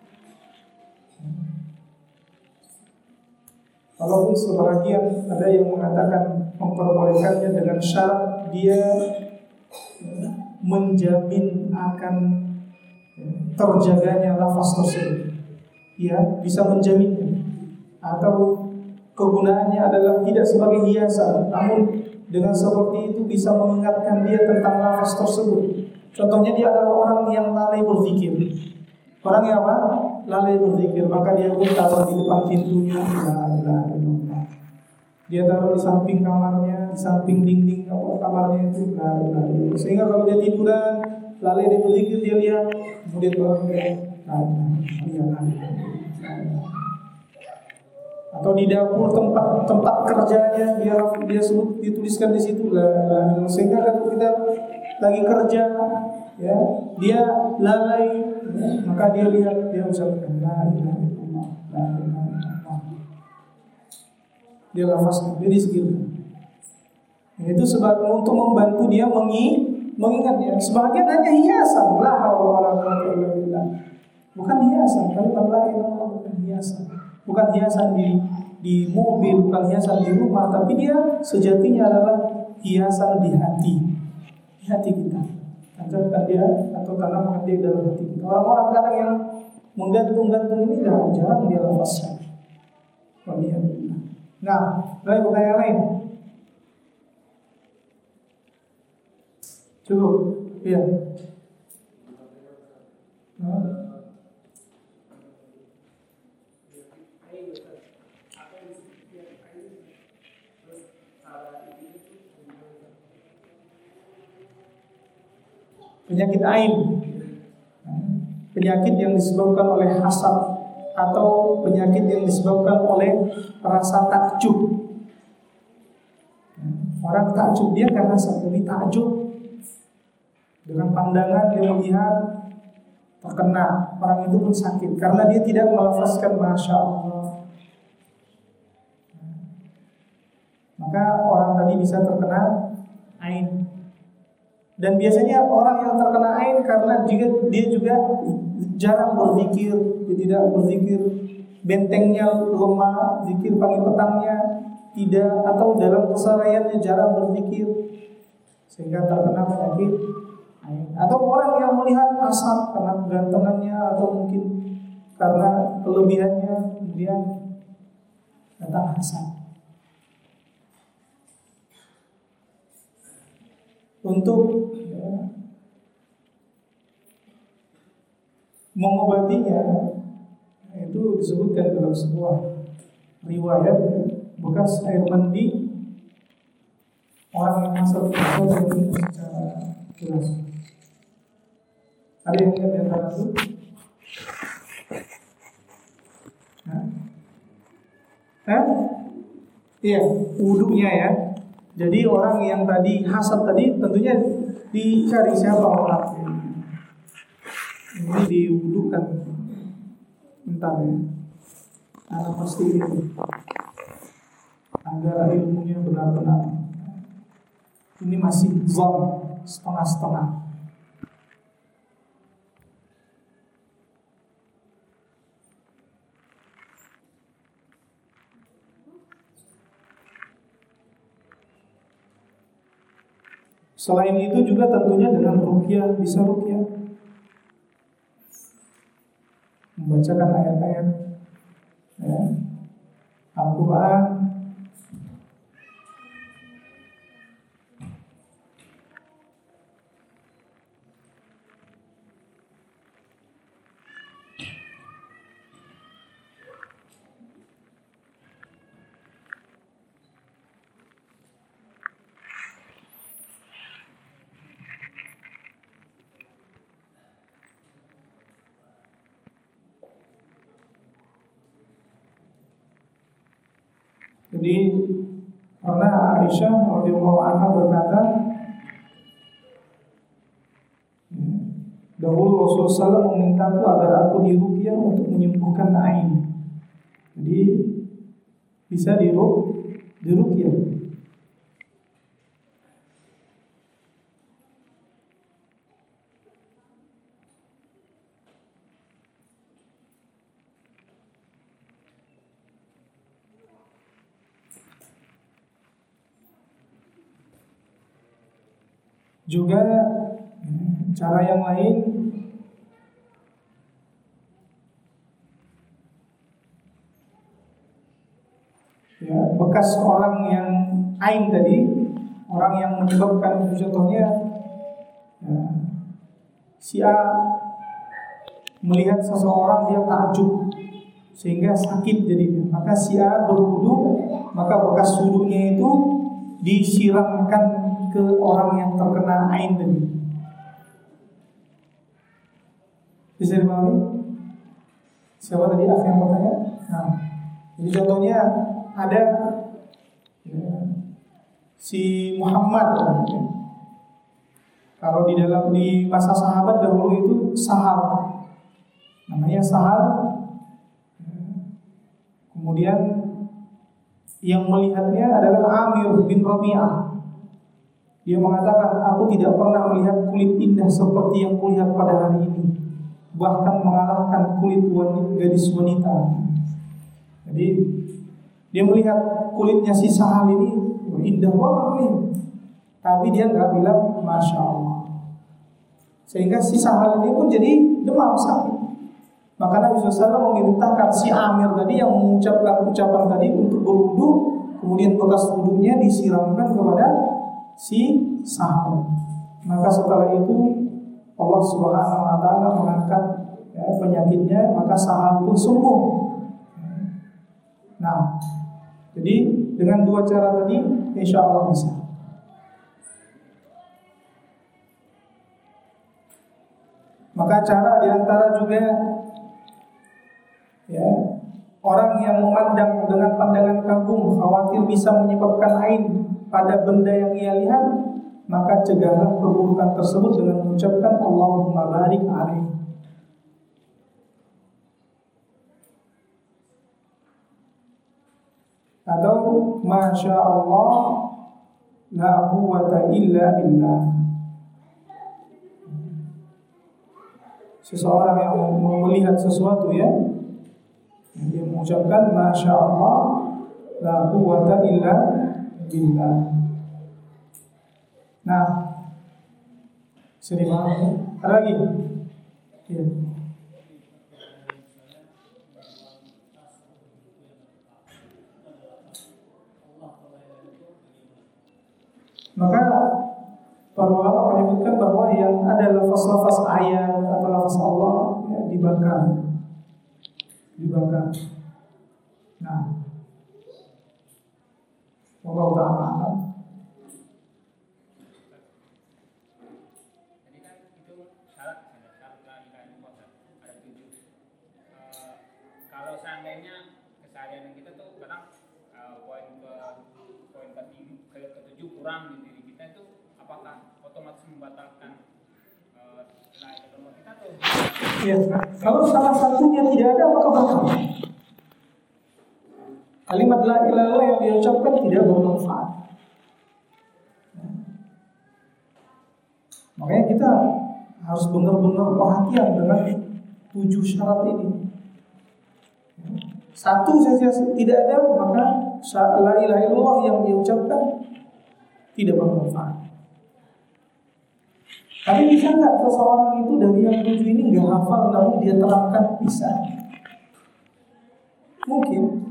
Walaupun sebagian ada yang mengatakan memperbolehkannya dengan syarat dia menjamin akan terjaganya lafaz tersebut. Ya, bisa menjaminnya. Atau kegunaannya adalah tidak sebagai hiasan, namun dengan seperti itu bisa mengingatkan dia tentang lafaz tersebut. Contohnya dia adalah orang yang lalai berzikir. Orang yang apa? lalai berzikir, maka dia pun taruh di depan pintunya. La ilaha illallah. Dia taruh di samping kamarnya, di samping dinding kamarnya itu. La ilaha illallah. Sehingga kalau dia tiduran, lalai dia berzikir, dia lihat, kemudian bangun dia. La ilaha illallah. Atau di dapur tempat kerjanya dia sebut dituliskan di situ lah, sehingga kalau kita lagi kerja ya dia lalai ya, maka dia lihat dia ucapkan la ilaha illallah, la ilaha illallah, dia lafazkan, dia dizikirkan. Itu sebab untuk membantu dia mengingatnya. Sebagian hanya hiasan, la haula wala quwwata illa billah, bukan hiasan. Kalau la ilaha illallah bukan hiasan. Bukan hiasan di mobil, bukan hiasan di rumah, tapi dia sejatinya adalah hiasan di hati kita. Tanamkan dia atau tanamkan dia dalam hati kita. Orang-orang kadang yang menggantung-gantung ini jarang dia lafazkan. Nah, ada pertanyaan lain? Cukup, iya. Penyakit ain, penyakit yang disebabkan oleh hasad atau penyakit yang disebabkan oleh rasa takjub. Orang takjub, dia kan hasad, tapi takjub dengan pandangan dia melihat terkena, orang itu pun sakit karena dia tidak melafazkan masya Allah. Maka orang tadi bisa terkena ain. Dan biasanya orang yang terkena ain karena dia juga jarang berzikir, dia tidak berzikir, bentengnya lemah, zikir pagi petangnya tidak, atau dalam kesehariannya jarang berzikir, sehingga terkena penyakit ain. Atau orang yang melihat asap karena kegantengannya atau mungkin karena kelebihannya, kemudian datang hasad. Untuk mengobatinya itu disebutkan dalam sebuah riwayat bekas air mandi orang yang hasad itu secara jelas. Ada yang ingat di antara itu? Iya, wudunya ya. Jadi orang yang tadi hasad tadi tentunya dicari siapa orang ini diwudukan. Bentar ya, anak pasti itu agar ilmunya benar-benar. Ini masih zon setengah-setengah. Selain itu juga tentunya dengan ruqyah, bisa ruqyah, membacakan ayat-ayat ya, Al-Quran. Jadi karena Aisyah radhiyallahu anha berkata, dahulu Rasulullah SAW memintaku agar aku diruqyah untuk menyembuhkan ain. Jadi bisa diruqyah. Juga cara yang lain ya, bekas orang yang ain tadi, orang yang menyebabkan, contohnya ya, si A melihat seseorang dia takjub sehingga sakit jadinya. Maka si A berwudu, maka bekas wudunya itu disiramkan ke orang yang terkena ain tadi. Bisa dipahami? Siapa tadi akh yang bertanya? Nah, jadi contohnya ada si Muhammad. Kalau di masa sahabat dahulu itu Sahal, namanya Sahal. Kemudian yang melihatnya adalah Amir bin Rabi'ah. Dia mengatakan, aku tidak pernah melihat kulit indah seperti yang kulihat pada hari ini, bahkan mengalahkan kulit gadis wanita. Jadi dia melihat kulitnya si Sahal ini indah banget nih, tapi dia nggak bilang Masya Allah. Sehingga si Sahal ini pun jadi demam sakit. Maka Nabi SAW memerintahkan si Amir tadi yang mengucapkan ucapan tadi untuk berwudu, kemudian bekas wudunya disiramkan kepada si Sahal. Maka setelah itu Allah Subhanahu wa taala mengangkat penyakitnya, maka Sahal pun sembuh. Nah, jadi dengan dua cara tadi insya Allah bisa. Maka cara diantara juga orang yang memandang dengan pandangan kagum, khawatir bisa menyebabkan ain pada benda yang ia lihat, maka cegahlah keburukan tersebut dengan mengucapkan Allahumma barik alaihi. Atau Masya Allah la quwwata illa billah. Seseorang yang melihat sesuatu dia mengucapkan Masya Allah la quwwata illa billah. Nah, sini ada lagi? Ya. Maka para ulama menyebutkan bahwa yang ada lafaz-lafaz ayat atau lafaz Allah dibakar. Nah, Allah Ta'ala. Jadi kan itu syarat la ilaha illallah ada 7. Kalau seandainya keseharian kita tuh kadang poin ke-7 kurang di diri kita itu, apakah otomatis membatalkan la ilaha illallah kita tuh? Ya, kalau salah satunya tidak ada maka batal. Kalimat la ilaha illallah yang diucapkan tidak bermanfaat. Makanya kita harus benar-benar perhatian dengan 7 syarat ini. Satu saja tidak ada, maka la ilaha illallah yang diucapkan tidak bermanfaat. Tapi bisa nggak seseorang itu dari yang 7 ini nggak hafal namun dia terapkan? Bisa. Mungkin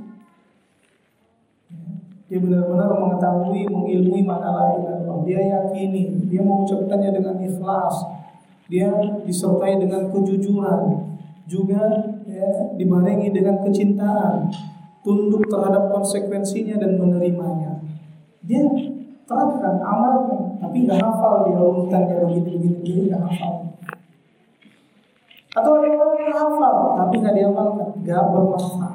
dia benar-benar mengetahui, mengilmui makna la ilaha illallah. Dia yakini, dia mengucapkannya dengan ikhlas, dia disertai dengan kejujuran, juga dibarengi dengan kecintaan, tunduk terhadap konsekuensinya dan menerimanya. Dia terapkan, amalkan, tapi nggak hafal dia urutannya begitu-begitu, dia nggak hafal. Atau ada orang yang hafal tapi nggak diamalkan, nggak bermanfaat.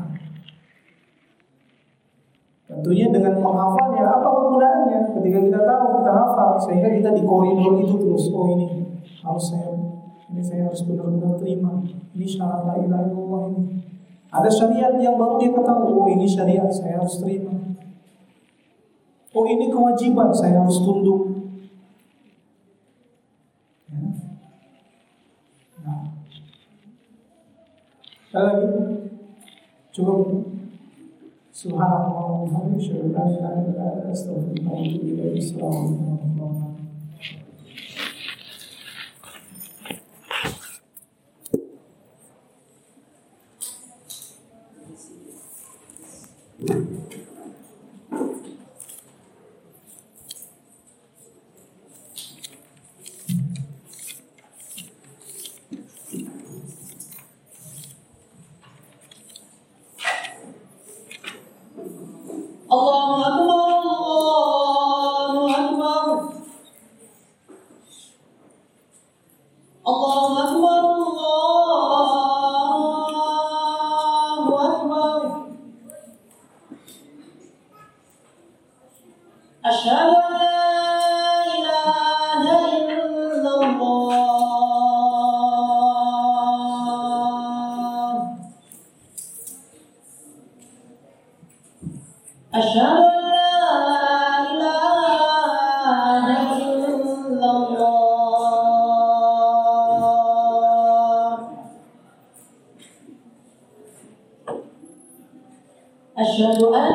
Tentunya dengan menghafalnya apa kegunaannya? Ketika kita tahu, kita hafal, sehingga kita di koridor itu terus. Oh ini saya harus benar-benar terima. Ini syarat la ilaha illallah ini. Ada syariat yang baru dia ketahui. Oh ini syariat, saya harus terima. Oh ini kewajiban, saya harus tunduk. Nah, ada lagi? Cukup. Subhanallah wa bihamdihi, la ilaha illa anta, astaghfiruka wa atubu ilaik. Assalamualaikum warahmatullahi wabarakatuh. أشهد أن لا إله إلا الله أشهد أن لا إله إلا الله أشهد أن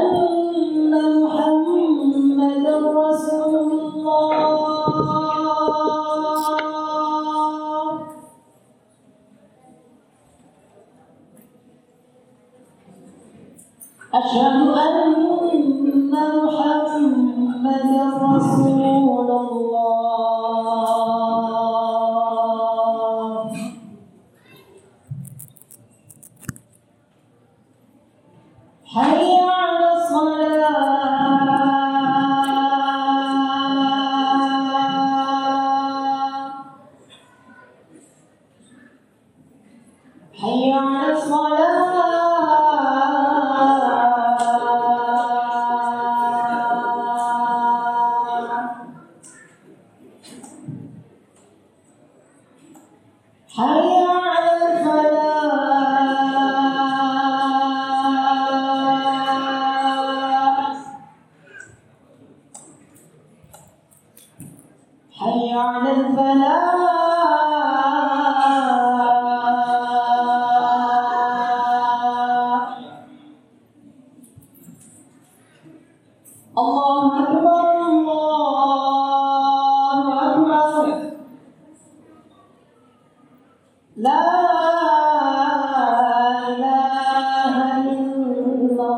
محمدا رسول الله أشهد أن محمدا رسول الله حي على الصلاة حي على الصلاة حي على الفلاح حي على الفلاح الله أكبر الله أكبر لا إله إلا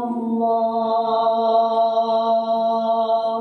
الله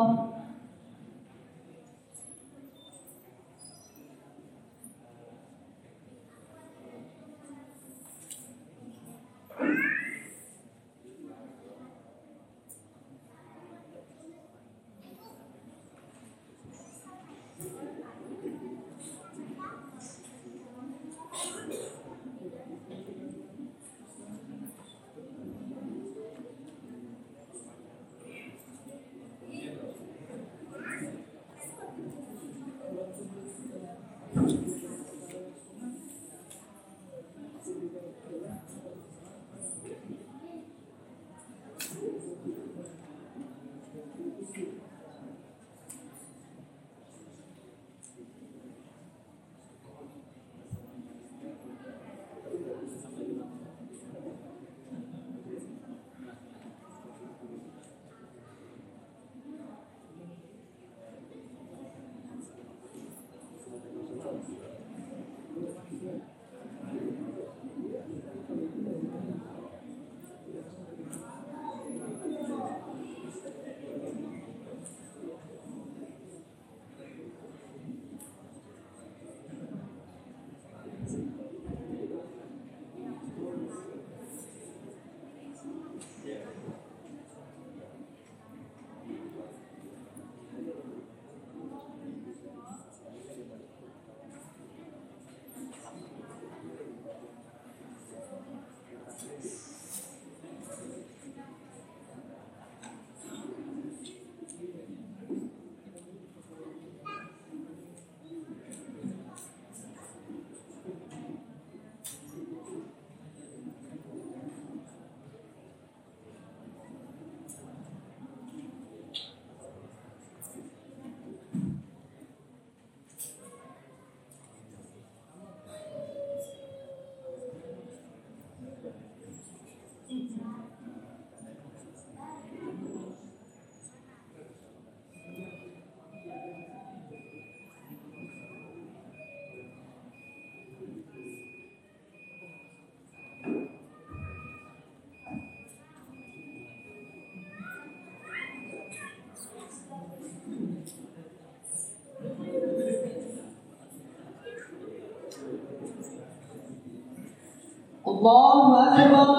الله أكبر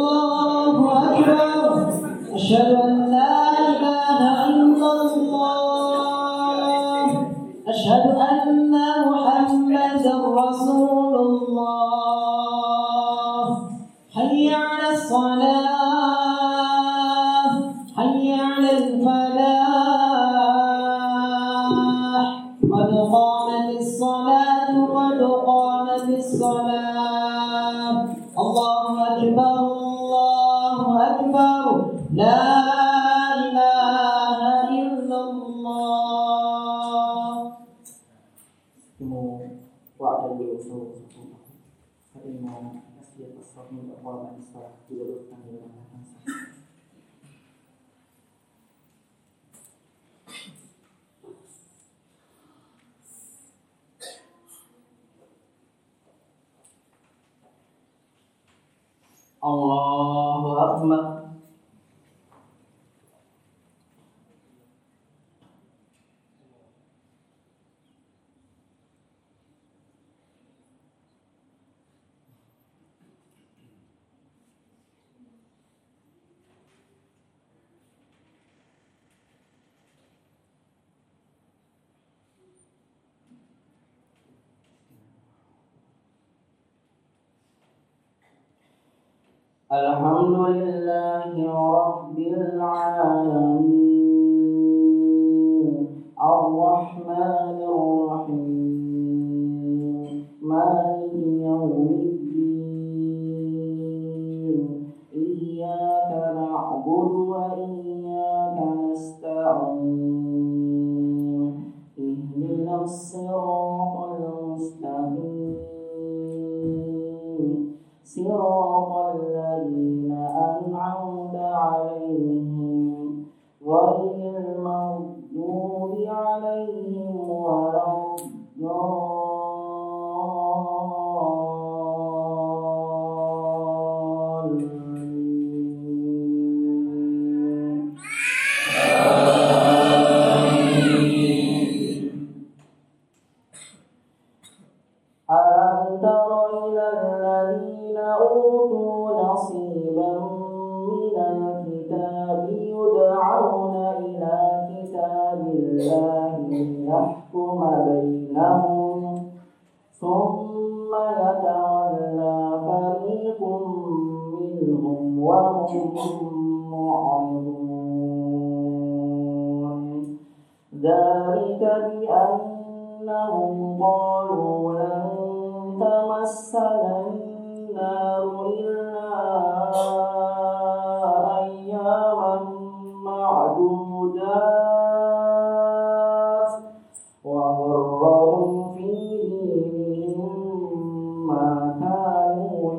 الله أكبر أشهد أن لا إله إلا الله أشهد أن محمدا رسول الله حي على الصلاة حي على الفلاح korban sholat diluruskan di rumah masing-masing. Allahu Akbar. Alhamdulillahi Rabbil Alamin Ar-Rahmanir Rahim Maliki Yawmiddin Iyyaka na'budu wa iyyaka nasta'in Ihdinas siratal mustaqim Siratal ladzina an'amta 'alaihim ghairil maghdubi 'alaihim waladdallin. Alam tara ilal ladzina utu nasiban minal kitabi yud'auna ila kitabillahi liyahkuma bainahum thumma yatawalla fariqun minhum wa hum mu'ridun. Dzalika bi annahum qalu lan tamassana an-naru illa ayyaman ma'dudat wa gharrahum fi dinihim ma kanu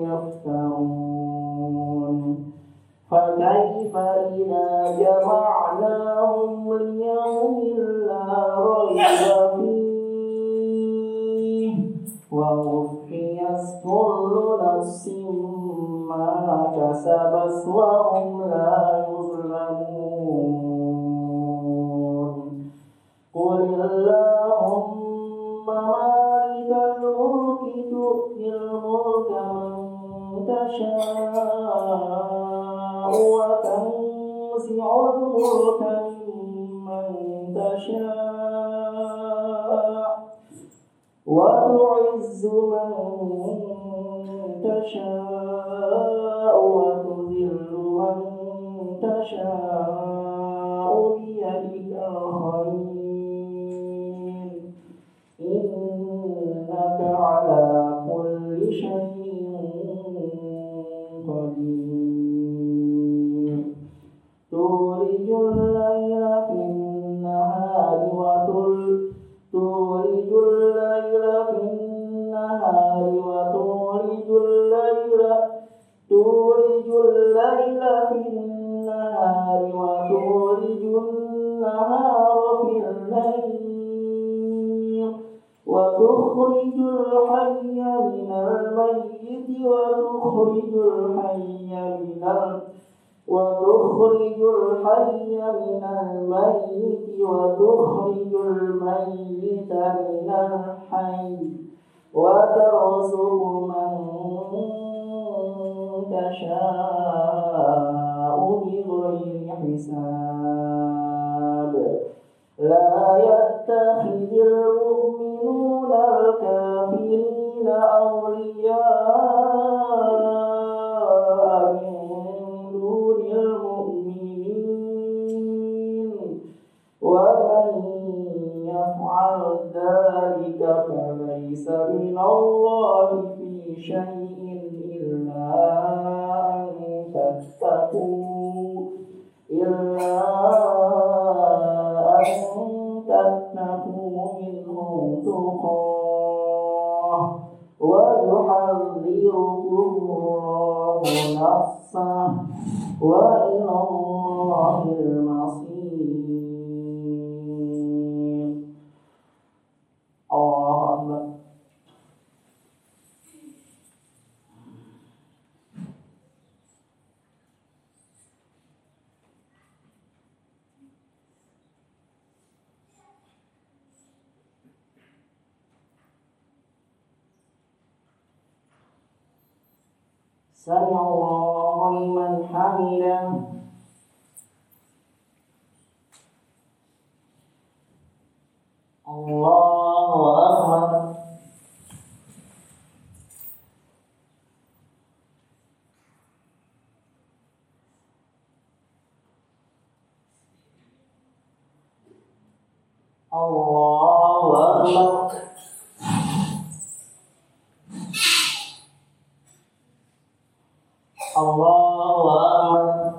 yaftarun. Fakaifa idza jama'nahum liyawmin la rayba fihi wa wuffiyat kullu nafsin ma kasabat wa hum la yuzlamun. Qul Allahumma malikal mulki tu'til mulka man tasha'u wa tanzi'ul mulka mimman tasha'u wa tu'izzu man tasha'u wa tudhillu man tasha'u biyadikal khair innaka ala kulli shay'in qadir. Tulijul layla fin nahari wa tulijul layla fin nahari wa tulijul layla fin nahari wa tulijul nahara fil layl wa tukhrijul hayya minal mayyiti wa tukhrijul hayya minal mayyit wa tukhrijul mayyita minal hayy wa tarzuqu man tasha'u bighairi hisab. La yattakhidhul mu'minuna al-kafirina awliya'a min dunil mu'minin wa man yaf'al dhalika falaysa minallahi fi shay'in illa an tattaqu minhum tuqah wa yuhadhdhirukum Allahu وإلى الله المصير. الله أكبر. سمع الله لمن حمده. الله أكبر. الله أكبر. الله أكبر.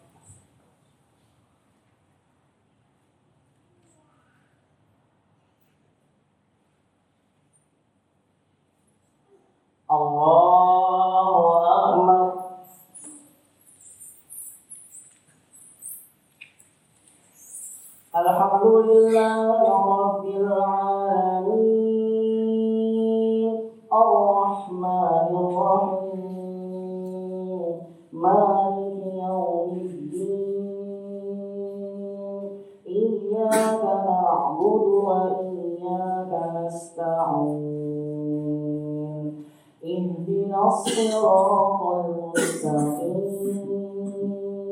الله أكبر. الحمد لله رب العالمين الرحمن الرحيم مالك يوم الدين إياك نعبد وإياك نستعين اهدنا الصراط المستقيم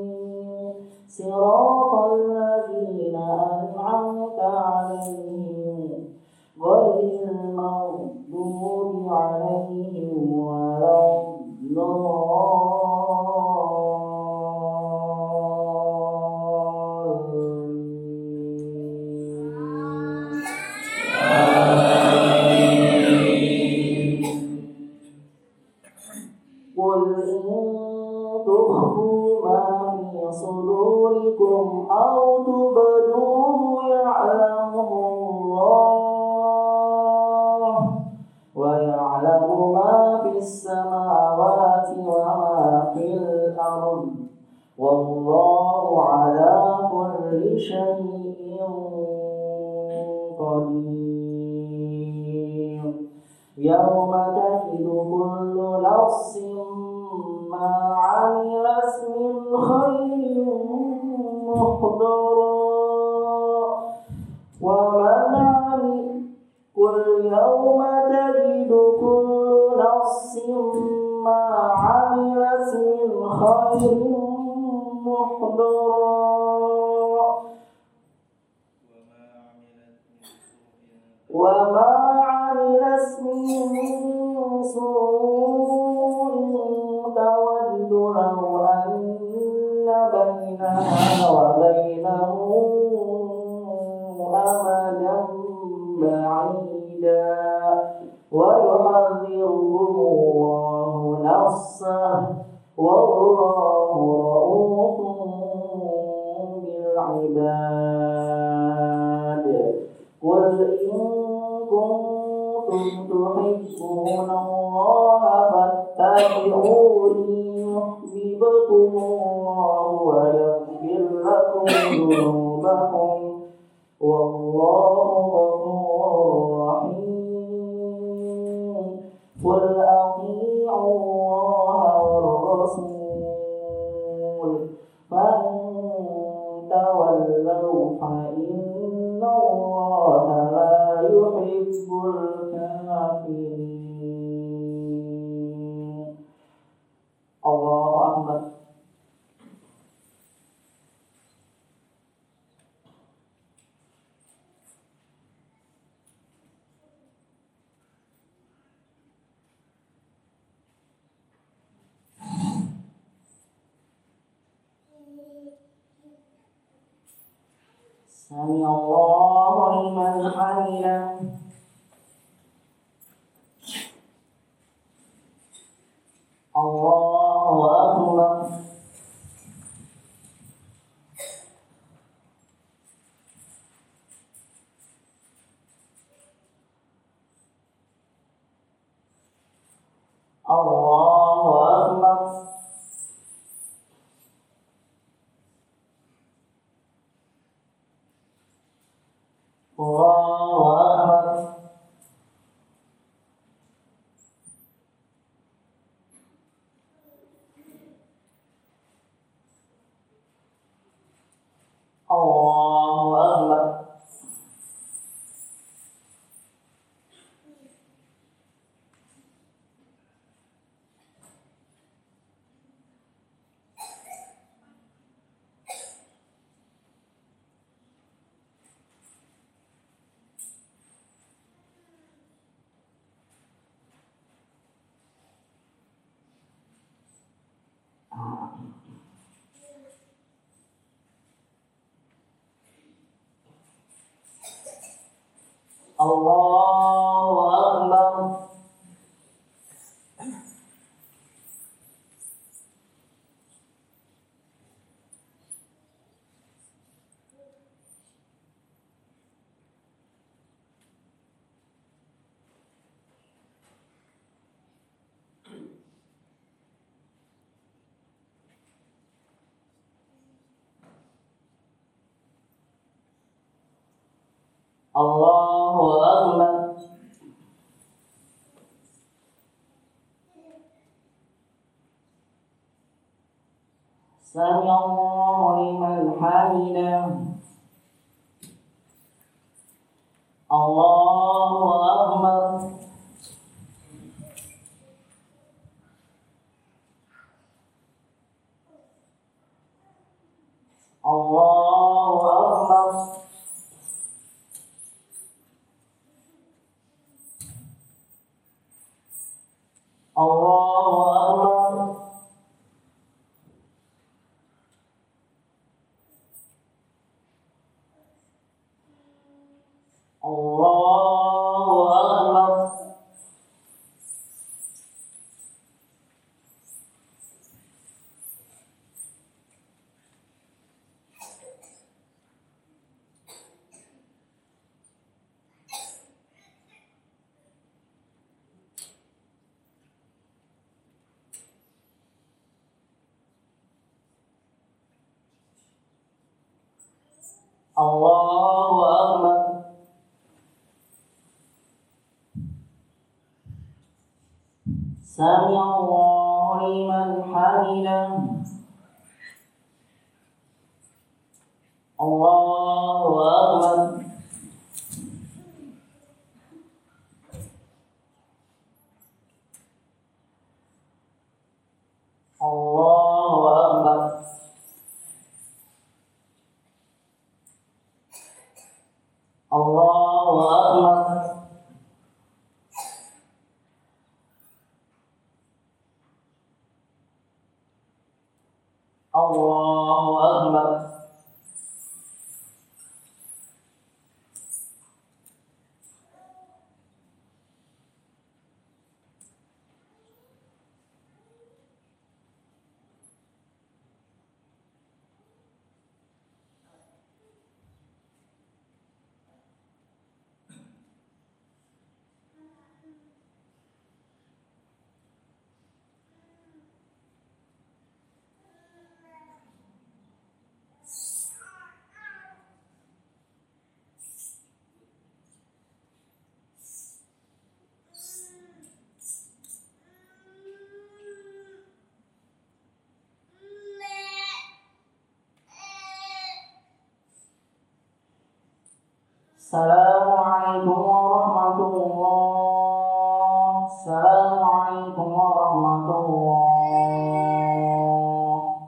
صراط الذين أنعمت عليهم غير المغضوب عليهم ولا قل إن تخفوا ما في صدوركم أو تبدوه يعلمه الله ويعلم ما في السماوات وما في الأرض والله على كل شيء قدير. يوم تجد كل نفس ما عملت من خير محضرا ومن عمل قل يوم تجد كل نفس ما عملت من خير محضرا وما عملت من سوء تود لو أن بينها وبينه أمدا بعيدا ويحذركم الله نفسه والله رؤوف بالعباد. قل إن كنتم تحبون الله فاتبعوني يحببكم الله ويغفر لكم ذنوبكم والله غفور رحيم. قل أطيعوا الله والرسول فإن تولوا فإن الله لا يحب الكافرين. الله أكبر. سمع الله لمن حمده. الله أكبر. الله أكبر. Allahu Akbar. Allahu Akbar. Sami Allahu liman hamidah. Allahu Akbar. Allahu Akbar. Allahu Akbar. Allahu Akbar. Allahu Akbar. Sami Allahu liman hamidah. Allahu Akbar. Allahu Akbar. Allahu Akbar. Allahu Akbar. Assalamualaikum warahmatullahi. Assalamualaikum warahmatullahi.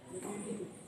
Jadi